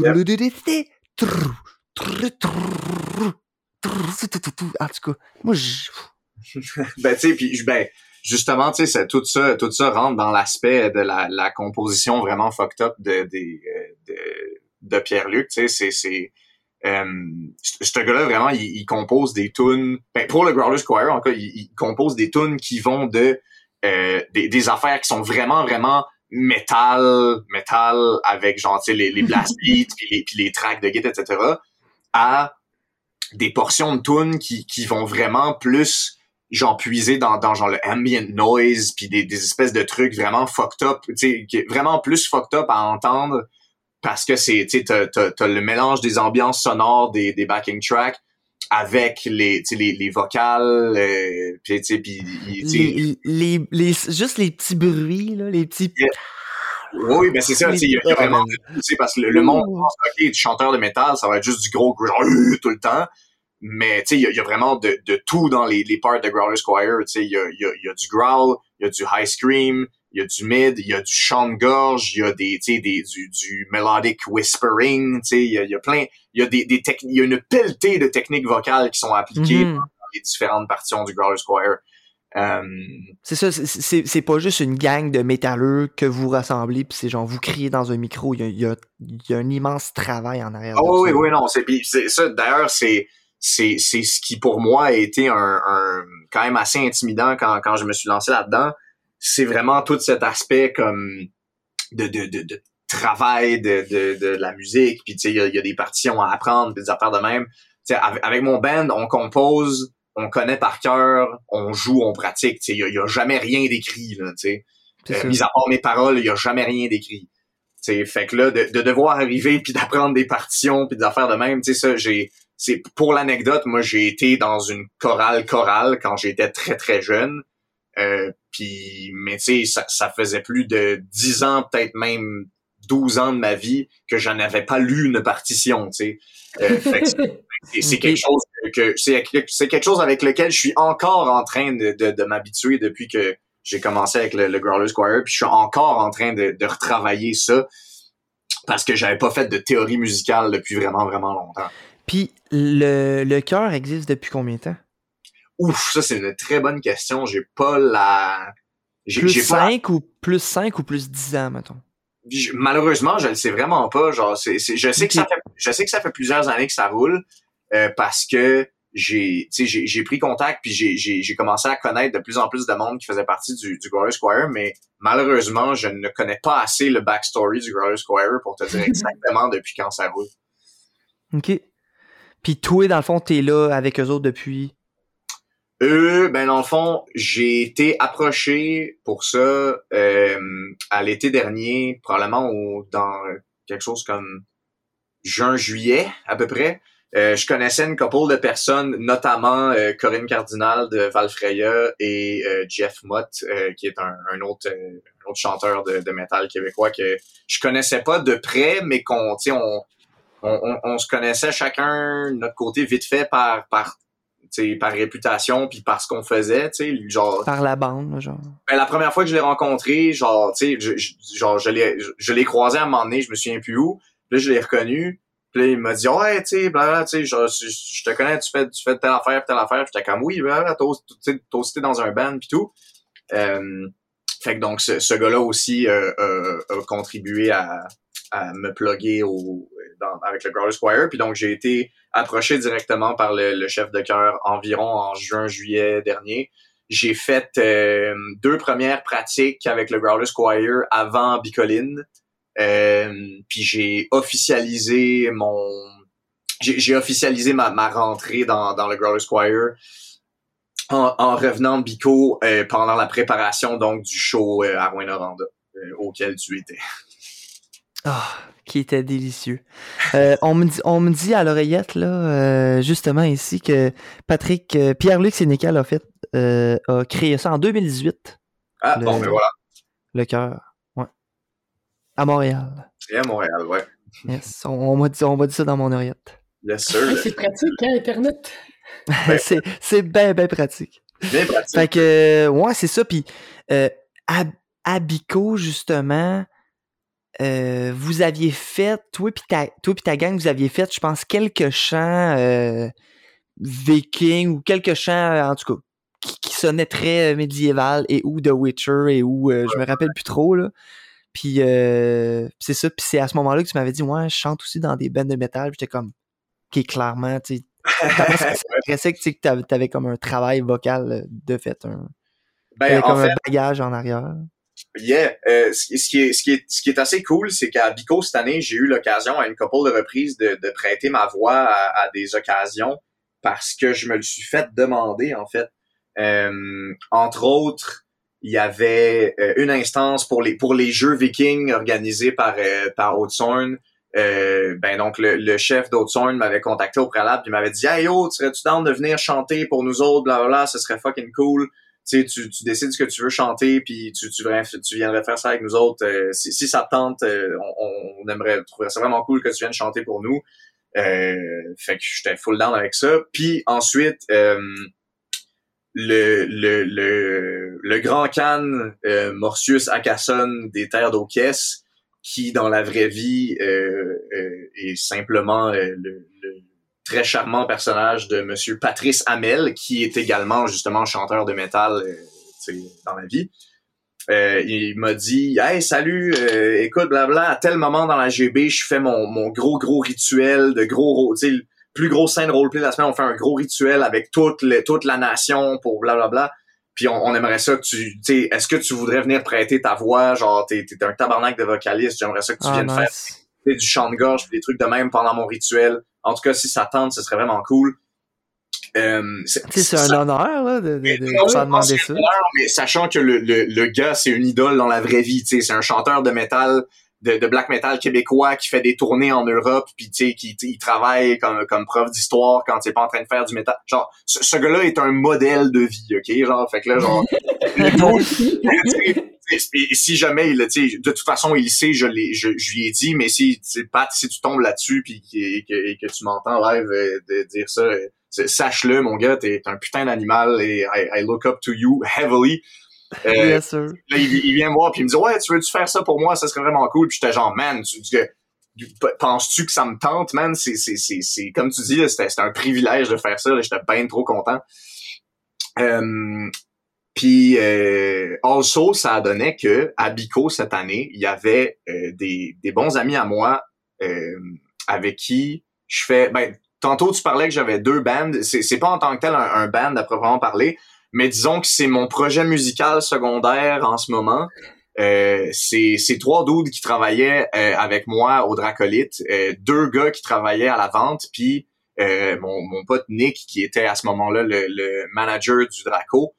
En tout cas, moi, ben, tu sais, puis, ben, justement, tu sais, tout ça rentre dans l'aspect de la composition vraiment fucked up de Pierre-Luc, tu sais, c'est ce gars-là, vraiment, il compose des tunes, ben, pour le Growler Squire, en tout cas, il compose des tunes qui vont de des affaires qui sont vraiment, vraiment metal avec genre tu sais les blast beats puis les tracks de guitare, etc. à des portions de tunes qui vont vraiment plus genre puiser dans genre le ambient noise puis des espèces de trucs vraiment fucked up, tu sais, vraiment plus fucked up à entendre parce que c'est, tu sais, t'as le mélange des ambiances sonores des backing tracks avec les vocales, puis tu sais, juste les petits bruits là, les petits. Oui, ben c'est ça, tu sais, il y a vraiment, tu sais, parce que le monde pense, ok, du chanteur de métal, ça va être juste du gros genre tout le temps. Mais tu sais, il y a vraiment de tout dans les parts de Growler Squire. Tu sais, il y a du growl, il y a du high scream, il y a du mid, il y a du chant de gorge, il y a du melodic whispering. Tu sais, il y a plein, il y a il y a une pelletée de techniques vocales qui sont appliquées dans les différentes parties du Growler Squire. C'est ça, c'est pas juste une gang de métalleux que vous rassemblez puis c'est genre vous criez dans un micro. Il y a un immense travail en arrière. Oh oui, non, c'est ça. D'ailleurs, c'est ce qui pour moi a été un quand même assez intimidant quand je me suis lancé là-dedans. C'est vraiment tout cet aspect comme de travail de la musique, puis tu sais il y a des partitions à apprendre, des affaires de même. Tu sais avec mon band, on compose, on connaît par cœur, on joue, on pratique, tu sais il y a jamais rien d'écrit là, tu sais. Mis à part mes paroles, il y a jamais rien d'écrit. Tu sais fait que là de devoir arriver puis d'apprendre des partitions puis des affaires de même, tu sais ça c'est pour l'anecdote, moi j'ai été dans une chorale quand j'étais très très jeune. Puis mais tu sais ça faisait plus de 10 ans, peut-être même 12 ans de ma vie que j'en avais pas lu une partition, tu sais. Fait que c'est quelque chose que c'est quelque chose avec lequel je suis encore en train de m'habituer depuis que j'ai commencé avec le Growler Squire, puis je suis encore en train de retravailler ça parce que j'avais pas fait de théorie musicale depuis vraiment vraiment longtemps. Puis le chœur existe depuis combien de temps? Ouf, ça c'est une très bonne question. J'ai pas la... Plus 5 ou plus 5 ou plus 10 ans, mettons? Malheureusement, je le sais vraiment pas. Genre, je sais que ça fait plusieurs années que ça roule parce que j'ai pris contact puis j'ai commencé à connaître de plus en plus de monde qui faisait partie du Growler Squire, mais malheureusement, je ne connais pas assez le backstory du Growler Squire pour te dire exactement depuis quand ça roule. OK. Puis toi, dans le fond, t'es là avec eux autres depuis? Ben dans le fond, j'ai été approché pour ça à l'été dernier, probablement dans quelque chose comme juin-juillet à peu près. Je connaissais une couple de personnes, notamment Corinne Cardinal de Valfreya et Jeff Mott, qui est un autre chanteur de métal québécois que je connaissais pas de près, mais qu'on se connaissait chacun de notre côté vite fait par réputation puis par ce qu'on faisait, tu sais, genre par la bande, genre. Ben la première fois que je l'ai rencontré, genre tu sais, je l'ai croisé à un moment donné, je me souviens plus où, puis là je l'ai reconnu, puis là il m'a dit ouais, tu sais, blablabla, tu sais, genre je te connais, tu fais telle affaire, puis j'étais comme oui, blablabla, t'as aussi été dans un band puis tout. Fait que donc ce gars-là aussi a contribué à me plugger avec le Growler Squire, puis donc j'ai été approché directement par le chef de chœur environ en juin-juillet dernier. J'ai fait 2 premières pratiques avec le Growler Squire avant Bicoline, puis j'ai officialisé ma rentrée dans le Growler Squire en revenant de Bico pendant la préparation donc du show à Rouyn-Noranda auquel tu étais. Qui était délicieux. On me dit à l'oreillette, là, justement ici, que Pierre-Luc Sénécal a créé ça en 2018. Ah, bon, mais voilà. Le chœur, ouais. À Montréal. Et à Montréal, ouais. Yes, on m'a dit ça dans mon oreillette. Bien sûr. C'est pratique, hein, Internet? c'est bien pratique. Bien pratique. Fait que, ouais, c'est ça. Puis, à Bico, justement... vous aviez fait, toi puis ta gang, vous aviez fait, je pense, quelques chants vikings ou quelques chants, en tout cas, qui sonnaient très médiéval et ou The Witcher et ou, je me rappelle plus trop, là. Puis c'est ça, puis c'est à ce moment-là que tu m'avais dit, ouais, je chante aussi dans des bands de métal, puis j'étais comme, ok, clairement, tu sais, ça m'intéressait que t'avais comme un travail vocal de fait, comme un bagage en arrière. Yeah, ce qui est assez cool, c'est qu'à Bico cette année, j'ai eu l'occasion à une couple de reprises de prêter ma voix à des occasions parce que je me le suis fait demander, en fait. Entre autres, il y avait une instance pour les jeux Vikings organisés par Haute-Saône. Donc le chef d'Haute-Saône m'avait contacté au préalable, puis il m'avait dit « Hey yo, serais-tu down de venir chanter pour nous autres, blablabla, ce serait fucking cool. » Tu décides ce que tu veux chanter, puis tu viendrais faire ça avec nous autres. Si ça te tente, on aimerait trouver ça vraiment cool que tu viennes chanter pour nous. Fait que j'étais full down avec ça. Puis ensuite, le grand Khan Morcius Acasson des Terres d'Okess, qui dans la vraie vie est simplement le très charmant personnage de Monsieur Patrice Hamel, qui est également justement chanteur de métal dans la vie. Il m'a dit « Hey, salut, écoute, blabla, à tel moment dans la GB, je fais mon gros rituel de gros, tu sais, le plus gros scène roleplay de la semaine, on fait un gros rituel avec toute la nation pour blablabla. Puis on aimerait ça que tu sais, est-ce que tu voudrais venir prêter ta voix, genre t'es un tabarnak de vocaliste, j'aimerais ça que tu viennes faire du chant de gorge, des trucs de même pendant mon rituel. En tout cas, si ça tente, ce serait vraiment cool. C'est un honneur là, de demander ça. Mais sachant que le gars, c'est une idole dans la vraie vie, tu sais, c'est un chanteur de métal, de black metal québécois qui fait des tournées en Europe, puis tu sais, il travaille comme prof d'histoire quand il est pas en train de faire du métal. Genre, ce gars-là est un modèle de vie, ok, genre, fait que là, genre, si jamais tu sais, de toute façon, il sait, je lui ai dit, mais si Pat, si tu tombes là-dessus puis que tu m'entends live de dire ça, sache-le, mon gars, t'es un putain d'animal et I look up to you heavily. Yes, sir. Là, il vient me voir puis il me dit « Ouais, tu veux-tu faire ça pour moi? Ça serait vraiment cool. » Puis j'étais genre « Man, penses-tu que ça me tente, man? » C'est comme tu dis, c'était un privilège de faire ça. J'étais bien trop content. Puis also, ça a donné que à Bico cette année, il y avait des bons amis à moi avec qui je fais... Tantôt, tu parlais que j'avais 2 bands. C'est pas en tant que tel un band à proprement parler, mais disons que c'est mon projet musical secondaire en ce moment. C'est 3 dudes qui travaillaient avec moi au Dracolite, 2 gars qui travaillaient à la vente, puis mon pote Nick qui était à ce moment-là le manager du Draco.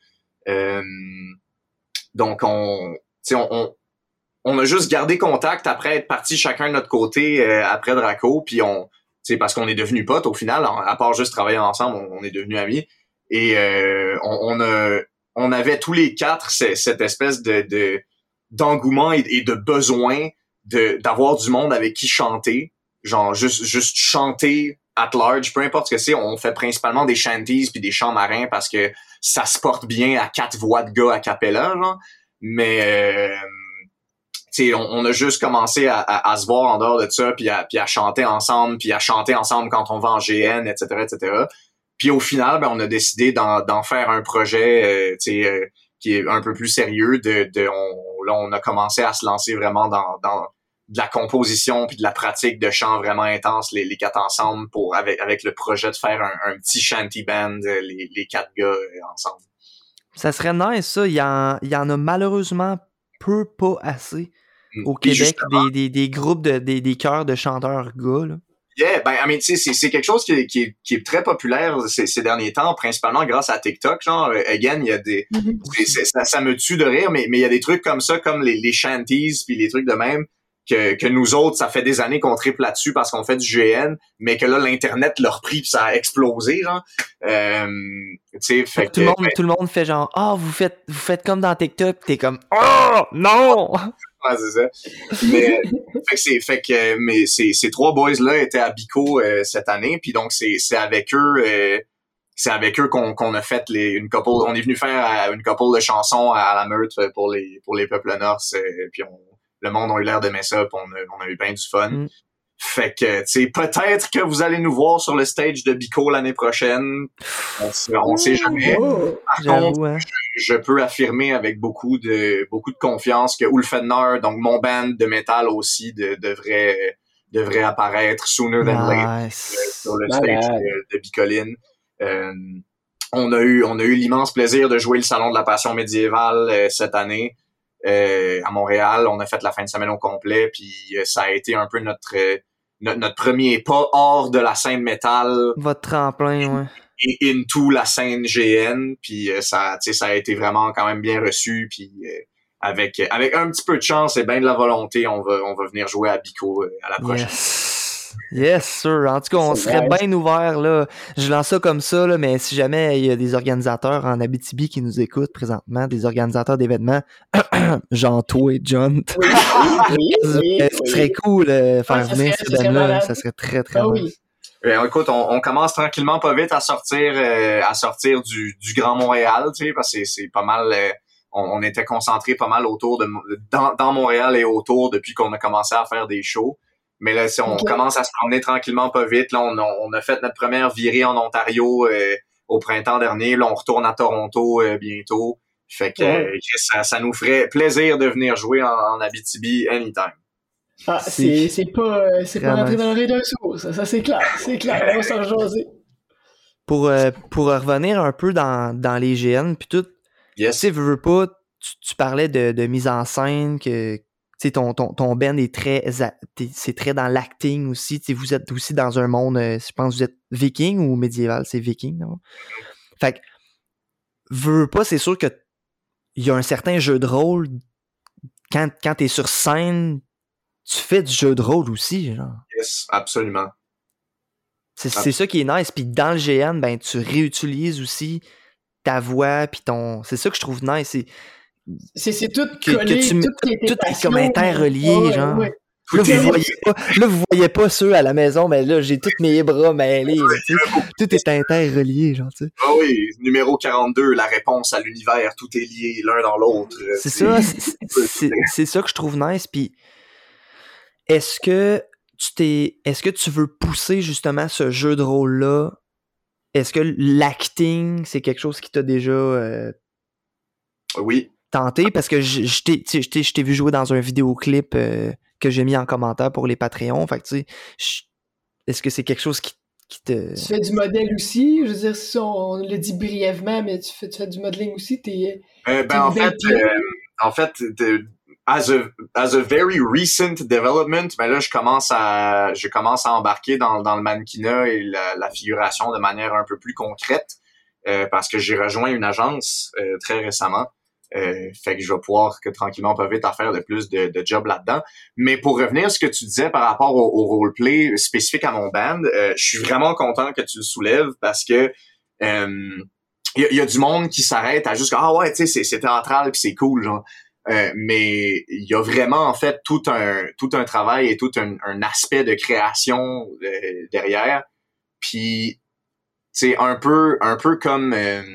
Donc on a juste gardé contact après être partis chacun de notre côté après Draco, puis c'est parce qu'on est devenus potes au final, à part juste travailler ensemble, on est devenus amis. Et on avait tous les 4 cette espèce d'engouement et de besoin d'avoir du monde avec qui chanter, genre juste chanter at large, peu importe ce que c'est. On fait principalement des shanties puis des chants marins parce que ça se porte bien à 4 voix de gars a cappella, genre. Mais on a juste commencé à se voir en dehors de ça, puis à chanter ensemble quand on va en GN, etc., etc. Puis au final, on a décidé d'en faire un projet, qui est un peu plus sérieux. Là, on a commencé à se lancer vraiment dans de la composition puis de la pratique de chant vraiment intense, les 4 ensemble, avec le projet de faire un petit shanty band, les 4 gars ensemble. Ça serait nice, ça. Il y en a malheureusement pas assez au Québec, des groupes des chœurs de chanteurs gars, là. Yeah, c'est quelque chose qui est très populaire ces derniers temps, principalement grâce à TikTok, genre, again, il y a des, ça me tue de rire, mais il y a des trucs comme ça, comme les shanties puis les trucs de même, que nous autres, ça fait des années qu'on triple là-dessus parce qu'on fait du GN, mais que là, l'Internet l'a repris pis ça a explosé, genre. Tout le monde fait genre, vous faites comme dans TikTok, pis t'es comme, oh, non! Ouais, c'est ça. Mais mais ces 3 boys là étaient à Bico cette année, puis donc c'est avec eux qu'on a fait une couple. On est venu faire une couple de chansons à la Meurthe pour les peuples norse, puis le monde a eu l'air d'aimer ça, puis on a eu bien du fun. Fait que, tu sais, peut-être que vous allez nous voir sur le stage de Bico l'année prochaine. On sait jamais. Par contre, je peux affirmer avec beaucoup de confiance que Ulfednar, donc mon band de métal aussi, devrait apparaître sooner than later sur le stage de Bicoline. On a eu l'immense plaisir de jouer le Salon de la Passion médiévale cette année à Montréal. On a fait la fin de semaine au complet, puis ça a été un peu notre premier pas hors de la scène métal. Votre tremplin, ouais. Et into la scène GN, puis ça a été vraiment quand même bien reçu, puis avec un petit peu de chance et bien de la volonté, on va venir jouer à Bico à la prochaine. Yes, sir. En tout cas, on serait bien ouvert, là. Je lance ça comme ça, là, mais si jamais il y a des organisateurs en Abitibi qui nous écoutent présentement, des organisateurs d'événements, genre toi et John, ce serait cool faire venir ces bandes-là. Ça serait très, très bien. Écoute, on commence tranquillement pas vite à sortir du Grand Montréal, tu sais, parce que c'est pas mal. On était concentré pas mal autour dans Montréal et autour depuis qu'on a commencé à faire des shows. Mais là, si on commence à se promener tranquillement pas vite, là, on a fait notre première virée en Ontario au printemps dernier. Là, on retourne à Toronto bientôt. Fait que ça nous ferait plaisir de venir jouer en Abitibi anytime. Ah, c'est pas rentré dans l'oreille d'un sourd, ça c'est clair, on va s'en jaser. Pour revenir un peu dans les GN, puis tout, tu sais, veux pas, tu parlais de mise en scène, que tu sais, ton band est c'est très dans l'acting aussi, tu sais, vous êtes aussi dans un monde, je pense que vous êtes viking ou médiéval, c'est viking, non? Fait que, veux pas, c'est sûr que il y a un certain jeu de rôle, quand t'es sur scène, tu fais du jeu de rôle aussi, genre. Yes, absolument. C'est ça qui est nice. Puis dans le GN, ben tu réutilises aussi ta voix, puis c'est ça que je trouve nice. C'est tout collé, tout est comme interrelié, genre. Ouais. Là, vous voyez pas ceux à la maison, mais là, j'ai tous mes bras mêlés. Tout est interrelié, genre, tu sais. Ah oui, numéro 42, la réponse à l'univers, tout est lié l'un dans l'autre. C'est ça, c'est ça que je trouve nice. Puis est-ce que tu veux pousser justement ce jeu de rôle-là? Est-ce que l'acting, c'est quelque chose qui t'a déjà oui. tenté? Parce que je t'ai vu jouer dans un vidéoclip que j'ai mis en commentaire pour les Patreons. Fait que tu sais, est-ce que c'est quelque chose qui te... Tu fais du modèle aussi? Je veux dire, si on l'a dit brièvement, mais tu fais du modeling aussi? En fait, as a very recent development, ben là, je commence à embarquer dans le mannequinat et la figuration de manière un peu plus concrète, parce que j'ai rejoint une agence très récemment. Fait que je vais pouvoir tranquillement pas vite à faire de plus de job là-dedans. Mais pour revenir à ce que tu disais par rapport au roleplay spécifique à mon band, je suis vraiment content que tu le soulèves parce que il y a du monde qui s'arrête à juste ah ouais, tu sais, c'est théâtral puis c'est cool, genre. Mais il y a vraiment en fait tout un travail et tout un aspect de création derrière. Puis c'est un peu comme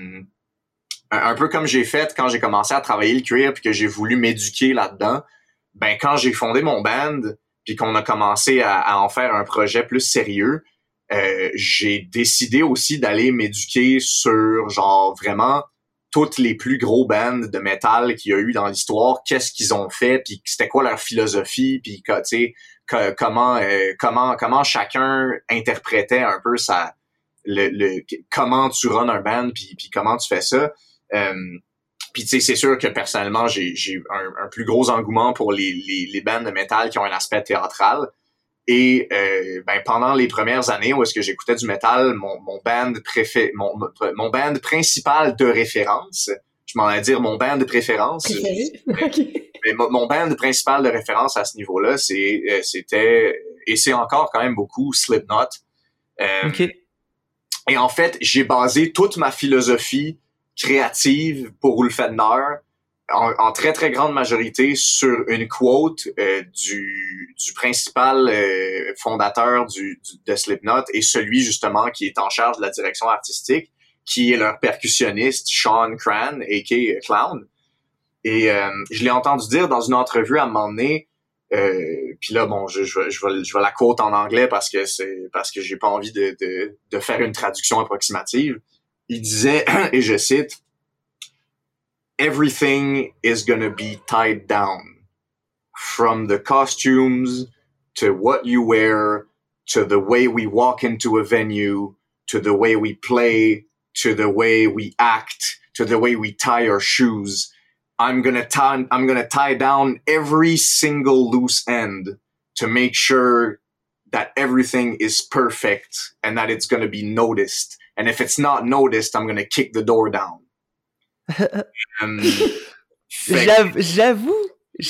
j'ai fait quand j'ai commencé à travailler le cuir puis que j'ai voulu m'éduquer là-dedans. Ben quand j'ai fondé mon band puis qu'on a commencé à en faire un projet plus sérieux, j'ai décidé aussi d'aller m'éduquer sur genre vraiment toutes les plus gros bands de métal qu'il y a eu dans l'histoire, qu'est-ce qu'ils ont fait, puis c'était quoi leur philosophie, puis tu sais comment chacun interprétait un peu comment tu runs un band, puis comment tu fais ça. Puis tu sais, c'est sûr que personnellement j'ai un plus gros engouement pour les bands de métal qui ont un aspect théâtral. Et ben pendant les premières années où est-ce que j'écoutais du métal, mon band principal de référence, je m'en vais dire mon band de préférence. Préféré? Okay. Mais mon band principal de référence à ce niveau-là, c'était et c'est encore quand même beaucoup Slipknot. Okay. Et en fait, j'ai basé toute ma philosophie créative pour Ulfednar en très très grande majorité sur une quote du principal fondateur de Slipknot et celui justement qui est en charge de la direction artistique, qui est leur percussionniste Sean Cran, a.k.a. Clown. Et je l'ai entendu dire dans une entrevue à un moment donné, puis là bon, je vais la quote en anglais parce que j'ai pas envie de faire une traduction approximative. Il disait, et je cite, everything is gonna be tied down, from the costumes to what you wear, to the way we walk into a venue, to the way we play, to the way we act, to the way we tie our shoes. I'm gonna tie down every single loose end to make sure that everything is perfect and that it's going to be noticed. And if it's not noticed, I'm going to kick the door down. J'avoue.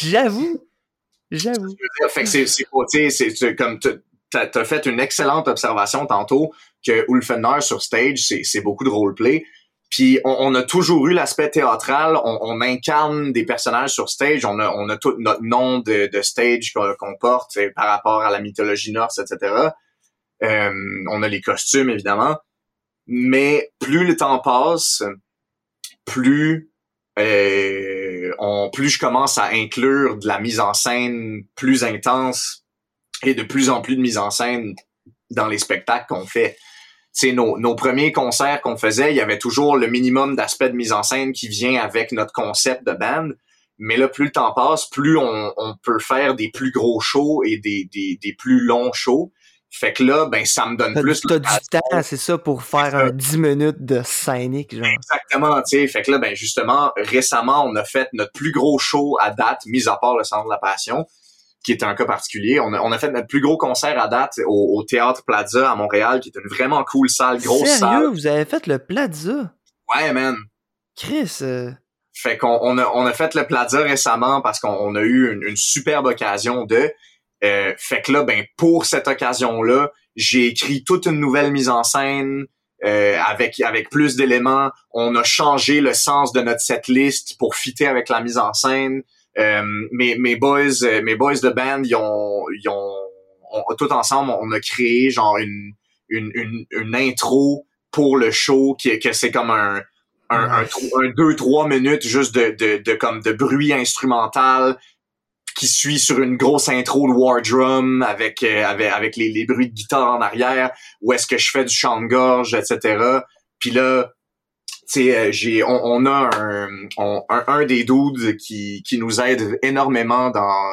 Fait que c'est comme t'as fait une excellente observation tantôt que Ulfener sur stage, c'est beaucoup de roleplay. Puis on a toujours eu l'aspect théâtral, on incarne des personnages sur stage, on a tout notre nom de stage qu'on porte par rapport à la mythologie norse, etc. On a les costumes, évidemment. Mais plus le temps passe, plus je commence à inclure de la mise en scène plus intense et de plus en plus de mise en scène dans les spectacles qu'on fait. C'est nos premiers concerts qu'on faisait, il y avait toujours le minimum d'aspect de mise en scène qui vient avec notre concept de band. Mais là, plus le temps passe, plus on peut faire des plus gros shows et des plus longs shows. Fait que là, ben, ça me donne plus... T'as du temps, c'est ça, pour faire un 10 minutes de scénique, genre. Exactement, tu sais. Fait que là, ben, justement, récemment, on a fait notre plus gros show à date, mis à part le Centre de la Passion, qui est un cas particulier. On a fait notre plus gros concert à date au Théâtre Plaza à Montréal, qui est une vraiment cool salle, grosse salle. Sérieux? Vous avez fait le Plaza? Ouais, man. Chris, Fait qu'on a fait le Plaza récemment parce qu'on a eu une superbe occasion de... fait que là, ben, pour cette occasion-là, j'ai écrit toute une nouvelle mise en scène avec plus d'éléments. On a changé le sens de notre setlist pour fitter avec la mise en scène. Mes boys de band, ils ont tout ensemble, on a créé genre une intro pour le show que c'est comme un 2-3 minutes juste de bruit instrumental qui suit sur une grosse intro de War Drum avec les bruits de guitare en arrière, où est-ce que je fais du chant de gorge, etc. Puis là, tu sais, on a un des dudes qui nous aide énormément dans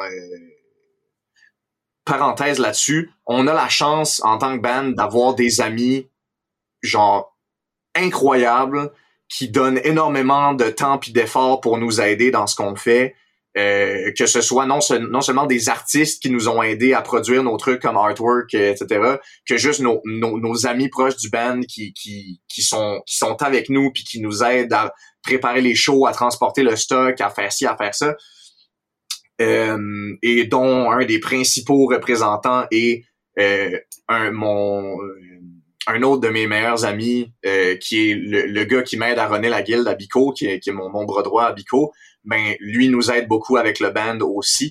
parenthèse là-dessus. On a la chance en tant que band d'avoir des amis genre incroyables qui donnent énormément de temps puis d'efforts pour nous aider dans ce qu'on fait. Que ce soit non seulement des artistes qui nous ont aidés à produire nos trucs comme artwork, etc., que juste nos amis proches du band qui sont avec nous puis qui nous aident à préparer les shows, à transporter le stock, à faire ci, à faire ça. Et dont un des principaux représentants est un autre de mes meilleurs amis, qui est le gars qui m'aide à runner la guilde à Bico, qui est mon bras droit à Bico. Ben, lui nous aide beaucoup avec le band aussi.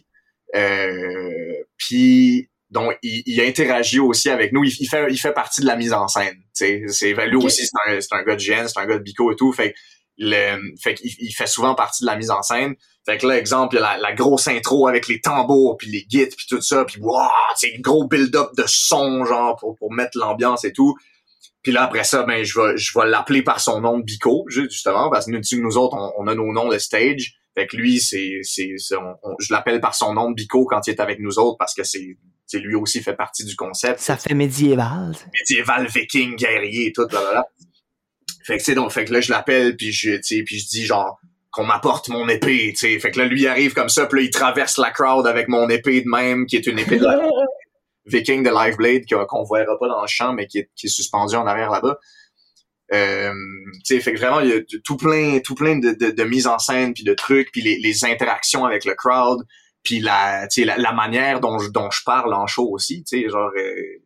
Puis donc il interagit aussi avec nous. Il fait partie de la mise en scène. Tu sais, lui aussi c'est un gars de GN, c'est un gars de Bico et tout. Fait qu'il fait souvent partie de la mise en scène. Fait que là, exemple, il y a la grosse intro avec les tambours puis les guides puis tout ça, puis wow, c'est un gros build-up de son genre pour mettre l'ambiance et tout. Puis là, après ça, ben je vais l'appeler par son nom de Bico, justement, parce que nous autres, on a nos noms de stage. Fait que lui, je l'appelle par son nom de Bico quand il est avec nous autres, parce que c'est lui aussi fait partie du concept. Ça fait médiéval. Médiéval, viking, guerrier et tout, blablabla. Fait que c'est donc, fait que là, je l'appelle, puis je dis genre qu'on m'apporte mon épée, tu sais. Fait que là, lui, il arrive comme ça, puis là, il traverse la crowd avec mon épée de même, qui est une épée de Viking de Liveblade qu'on verra pas dans le champ, mais qui est suspendue en arrière là-bas. Fait que vraiment il y a tout plein de mise en scène puis de trucs, puis les interactions avec le crowd, puis la manière dont je parle en show aussi, tu sais, genre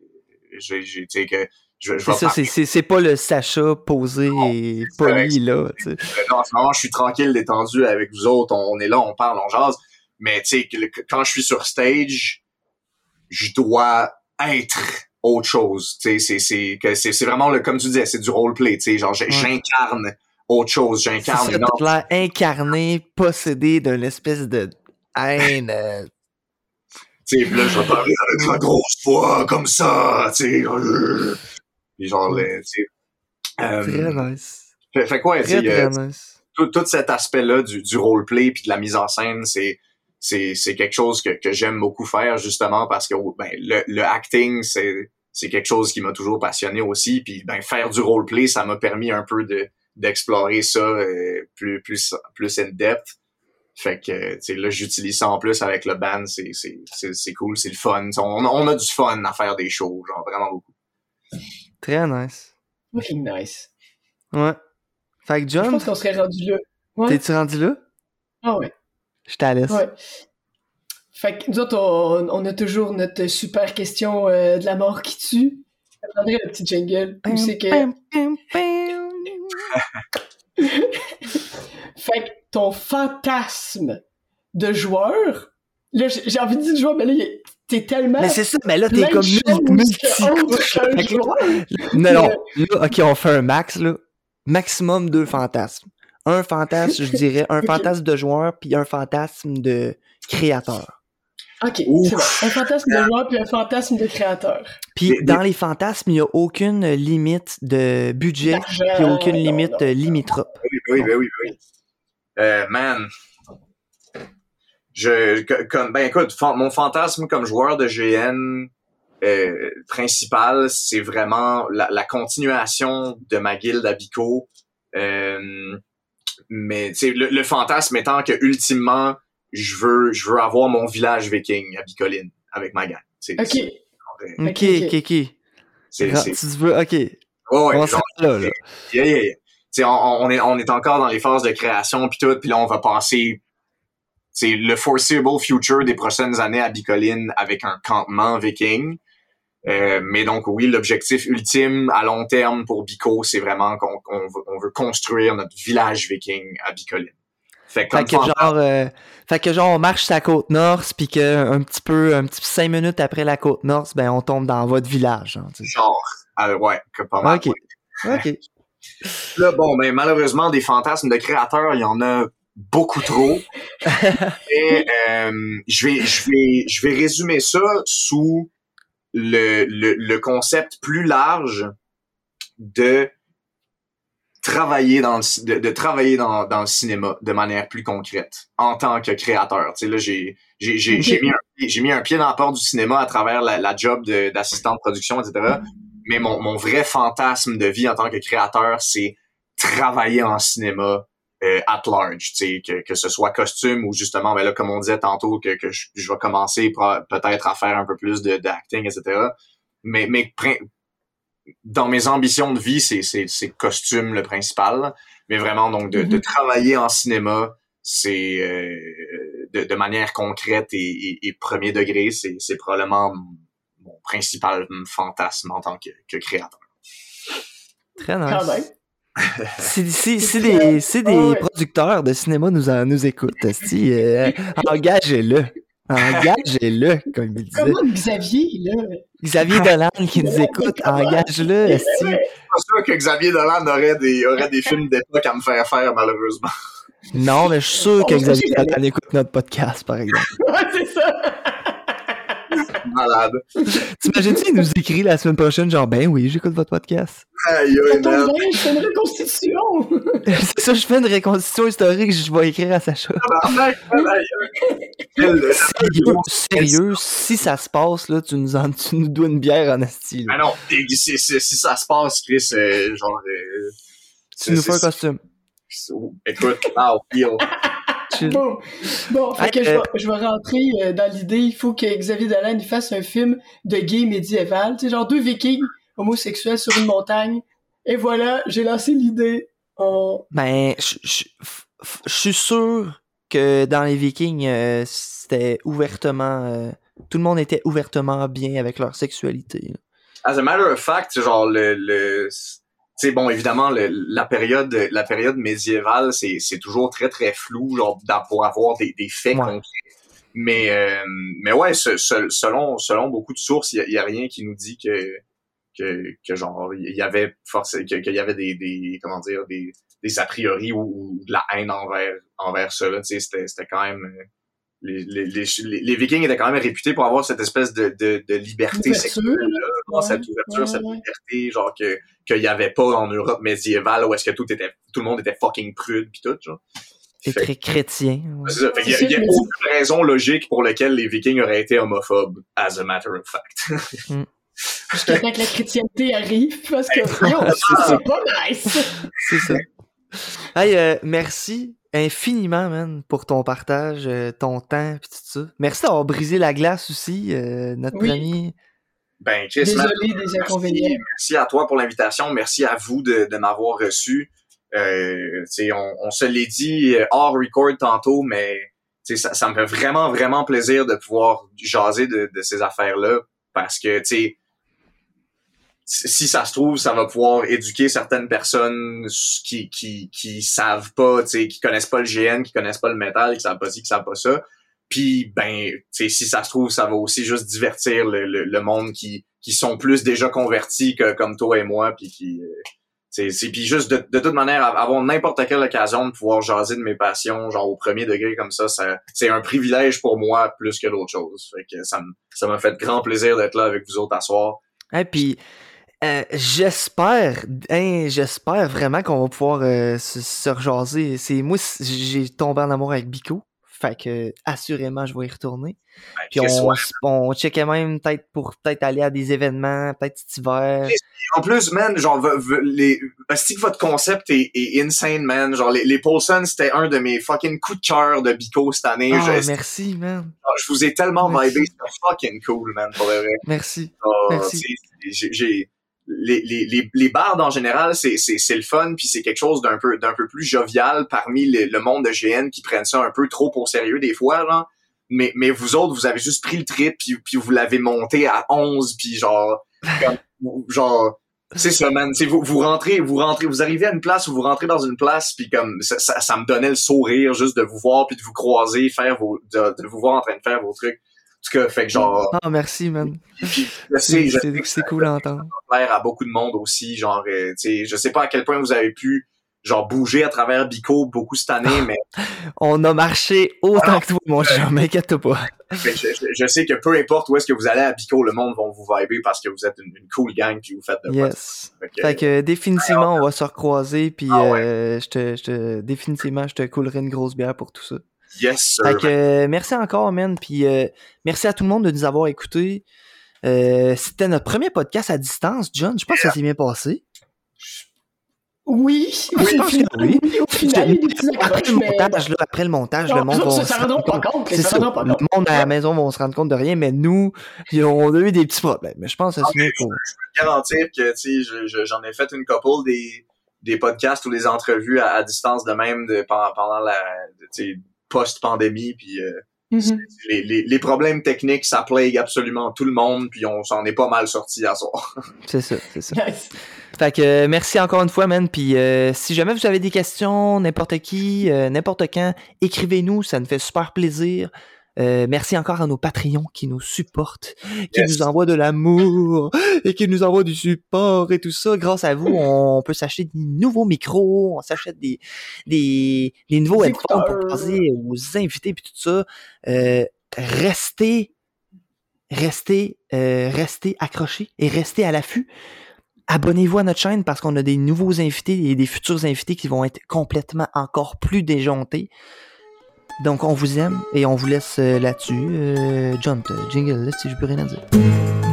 c'est pas le Sacha posé et poli là, tu sais. Non, en ce moment je suis tranquille, détendu avec vous autres, on est là, on parle, on jase, mais tu sais quand je suis sur stage, je dois être autre chose, tu sais, c'est vraiment comme tu disais, c'est du roleplay, tu sais, genre j'incarne autre chose, j'incarne une autre. L'air incarné, possédé d'une espèce de haine. Tu sais, là je vais parler avec la grosse voix comme ça, tu sais, puis genre tu sais, très nice. Fait quoi, tu sais, nice. Tout cet aspect-là du roleplay puis de la mise en scène, c'est quelque chose que j'aime beaucoup faire, justement parce que ben le acting c'est quelque chose qui m'a toujours passionné aussi, puis ben faire du roleplay, ça m'a permis un peu d'explorer ça plus in depth. Fait que, tu sais, là, j'utilise ça en plus avec le band, c'est cool, c'est le fun. On a du fun à faire des shows, genre, vraiment beaucoup. Très nice. Oui, nice. Ouais. Fait que John... Je pense qu'on serait rendu là. Ouais. T'es-tu rendu là? Ah ouais. Je t'en laisse. Ouais. Fait que nous autres, on a toujours notre super question de la mort qui tue. J'attendrai le petit jingle. Où c'est que... Fait que ton fantasme de joueur... Là, j'ai envie de dire joueur, mais là, t'es tellement... Mais c'est ça, mais là, t'es comme multi-couche. Non, là, OK, on fait un max, là. Maximum 2 fantasmes. Un fantasme, je dirais, un fantasme de joueur, puis un fantasme de créateur. OK, c'est bon. Un fantasme de joueur, puis un fantasme de créateur. Puis dans les fantasmes, il n'y a aucune limite de budget, puis il n'y a aucune limite limitrophe. Oui. Man... écoute, mon fantasme comme joueur de GN principal, c'est vraiment la continuation de ma guilde à Bico. Mais tu sais, le fantasme étant que ultimement, je veux avoir mon village viking à Bicoline avec ma gang. OK. Tu veux, OK. Ouais, on genre, là. Yeah. Tu sais, on est encore dans les phases de création puis tout, puis là on va passer le foreseeable future des prochaines années à Bicoline avec un campement viking. Mais donc oui, l'objectif ultime à long terme pour Bico, c'est vraiment qu'on veut construire notre village viking à Bicoline. Fait que genre on marche sur la côte nord, puis que un petit 5 minutes après la côte nord, ben on tombe dans votre village. Hein, ouais, pas mal. OK. Là, bon, ben malheureusement, des fantasmes de créateurs, il y en a beaucoup trop. Et je vais résumer ça sous le concept plus large de travailler dans le cinéma de manière plus concrète en tant que créateur. Tu sais, là, j'ai mis un pied dans la porte du cinéma à travers la job d'assistant de production, etc. Mais mon vrai fantasme de vie en tant que créateur, c'est travailler en cinéma at large, tu sais, que ce soit costume ou justement, ben là, comme on disait tantôt, que je vais commencer peut-être à faire un peu plus d'acting, etc. Mais dans mes ambitions de vie, c'est costume le principal. Mais vraiment, donc, de travailler en cinéma, c'est de manière concrète et premier degré, c'est probablement mon principal fantasme en tant que créateur. Très nice. Si des producteurs de cinéma nous écoutent, engagez-le, comme il disait. Comment Xavier, là? Xavier Dolan qui nous écoute, engage-le. Je suis pas sûr que Xavier Dolan aurait des films d'époque à me faire malheureusement. Non, mais je suis sûr que Xavier Dolan écoute notre podcast, par exemple. Ouais, c'est ça! Malade. T'imagines-tu, il nous écrit la semaine prochaine, genre, ben oui, j'écoute votre podcast. Je fais une reconstitution! C'est ça, je fais une reconstitution historique, je vais écrire à Sacha. Sérieux, si ça se passe, là, tu nous dois une bière en asti. Ah non, si ça se passe, Chris, genre... tu nous fais un costume. Écoute, pile. Bon, fait que je vais rentrer dans l'idée, il faut que Xavier Dolan il fasse un film de gay médiéval, tu sais, genre 2 vikings homosexuels sur une montagne, et voilà, j'ai lancé l'idée. Ben, je suis sûr que dans les vikings, c'était ouvertement... tout le monde était ouvertement bien avec leur sexualité. As a matter of fact, genre tu sais, bon, évidemment, la période médiévale, c'est toujours très, très flou, genre, pour avoir des faits concrets. Mais ouais, selon beaucoup de sources, il y a rien qui nous dit que genre, il y avait qu'il y avait des comment dire, des a priori ou de la haine envers ça, là, tu sais, c'était quand même, les Vikings étaient quand même réputés pour avoir cette espèce de liberté sexuelle, cette ouverture, cette liberté, genre qu'il y avait pas en Europe médiévale où est-ce que tout le monde était fucking prude pis tout, genre. C'est très chrétien. Ouais. C'est ça. Il y a aucune raison logique pour laquelle les Vikings auraient été homophobes, as a matter of fact. Jusqu'à temps que la chrétienté arrive, parce que c'est pas nice. C'est ça. Hey, merci infiniment, man, pour ton partage, ton temps, pis tout ça. Merci d'avoir brisé la glace aussi, notre ami. Ben, Chris, désolé des inconvénients. Merci à toi pour l'invitation. Merci à vous de m'avoir reçu. On se l'est dit hors record tantôt, mais ça me fait vraiment, vraiment plaisir de pouvoir jaser de ces affaires-là parce que, tu sais, si ça se trouve, ça va pouvoir éduquer certaines personnes qui savent pas, tu sais, qui connaissent pas le GN, qui connaissent pas le métal, qui savent pas ci, qui savent pas ça. Puis ben, tu sais, si ça se trouve, ça va aussi juste divertir le monde qui sont plus déjà convertis que comme toi et moi, puis qui puis juste de toute manière avoir n'importe quelle occasion de pouvoir jaser de mes passions genre au premier degré comme ça c'est un privilège pour moi plus que d'autres choses. Fait que ça m'a fait grand plaisir d'être là avec vous autres à soir. Et puis j'espère vraiment qu'on va pouvoir se rejaser. Moi, j'ai tombé en amour avec Bico. Fait que, assurément, je vais y retourner. Ben, puis on checkait même pour aller à des événements, peut-être cet hiver. En plus, man, genre, c'est que votre concept est insane, man. Genre, les Paulson, c'était un de mes fucking coups de cœur de Bico cette année. Merci, man. Je vous ai tellement vibé, c'était fucking cool, man, pour le vrai. Merci. Merci. Les bardes en général, c'est le fun, puis c'est quelque chose d'un peu plus jovial parmi le monde de GN qui prennent ça un peu trop au sérieux des fois, là. Mais vous autres, vous avez juste pris le trip, puis vous l'avez monté à 11, puis genre c'est ça, man. Vous arrivez à une place où vous rentrez dans une place, puis comme ça me donnait le sourire juste de vous voir, puis de vous croiser, de vous voir en train de faire vos trucs. En tout cas, fait que genre... Ah, merci, man. C'est cool à entendre. Ça plaire à beaucoup de monde aussi, genre, tu sais, je sais pas à quel point vous avez pu, genre, bouger à travers Bico beaucoup cette année, mais... On a marché autant que toi, mon chum, m'inquiète pas. Je sais que peu importe où est-ce que vous allez à Bico, le monde va vous vibrer parce que vous êtes une cool gang puis vous faites de quoi. Yes. Fait que définitivement, on va se recroiser puis définitivement, je te coulerai une grosse bière pour tout ça. Yes, sir. Fait que merci encore, man, puis merci à tout le monde de nous avoir écoutés. C'était notre premier podcast à distance, John. Je pense que ça s'est bien passé. Oui, je pense que oui. Au final, il y a des petits accroches, après le montage, le monde ça rendra pas compte. Le monde à la maison vont se rendre compte de rien, mais nous, on a eu des petits problèmes. Mais je pense que ça se met pour... Je peux garantir que, tu sais, j'en ai fait une couple des podcasts ou des entrevues à distance de même pendant la, tu sais, post-pandémie, puis les problèmes techniques, ça plague absolument tout le monde, puis on s'en est pas mal sorti à soir. C'est ça. Nice. Fait que merci encore une fois, man, puis si jamais vous avez des questions, n'importe qui, n'importe quand, écrivez-nous, ça nous fait super plaisir. Merci encore à nos Patreons qui nous supportent, qui nous envoient de l'amour et qui nous envoient du support et tout ça. Grâce à vous, on peut s'acheter des nouveaux micros, on s'achète des nouveaux headphones pour passer aux invités puis tout ça. Restez accrochés et restez à l'affût. Abonnez-vous à notre chaîne parce qu'on a des nouveaux invités et des futurs invités qui vont être complètement encore plus déjantés. Donc, on vous aime et on vous laisse là-dessus. John, jingle, là, si je peux rien à dire.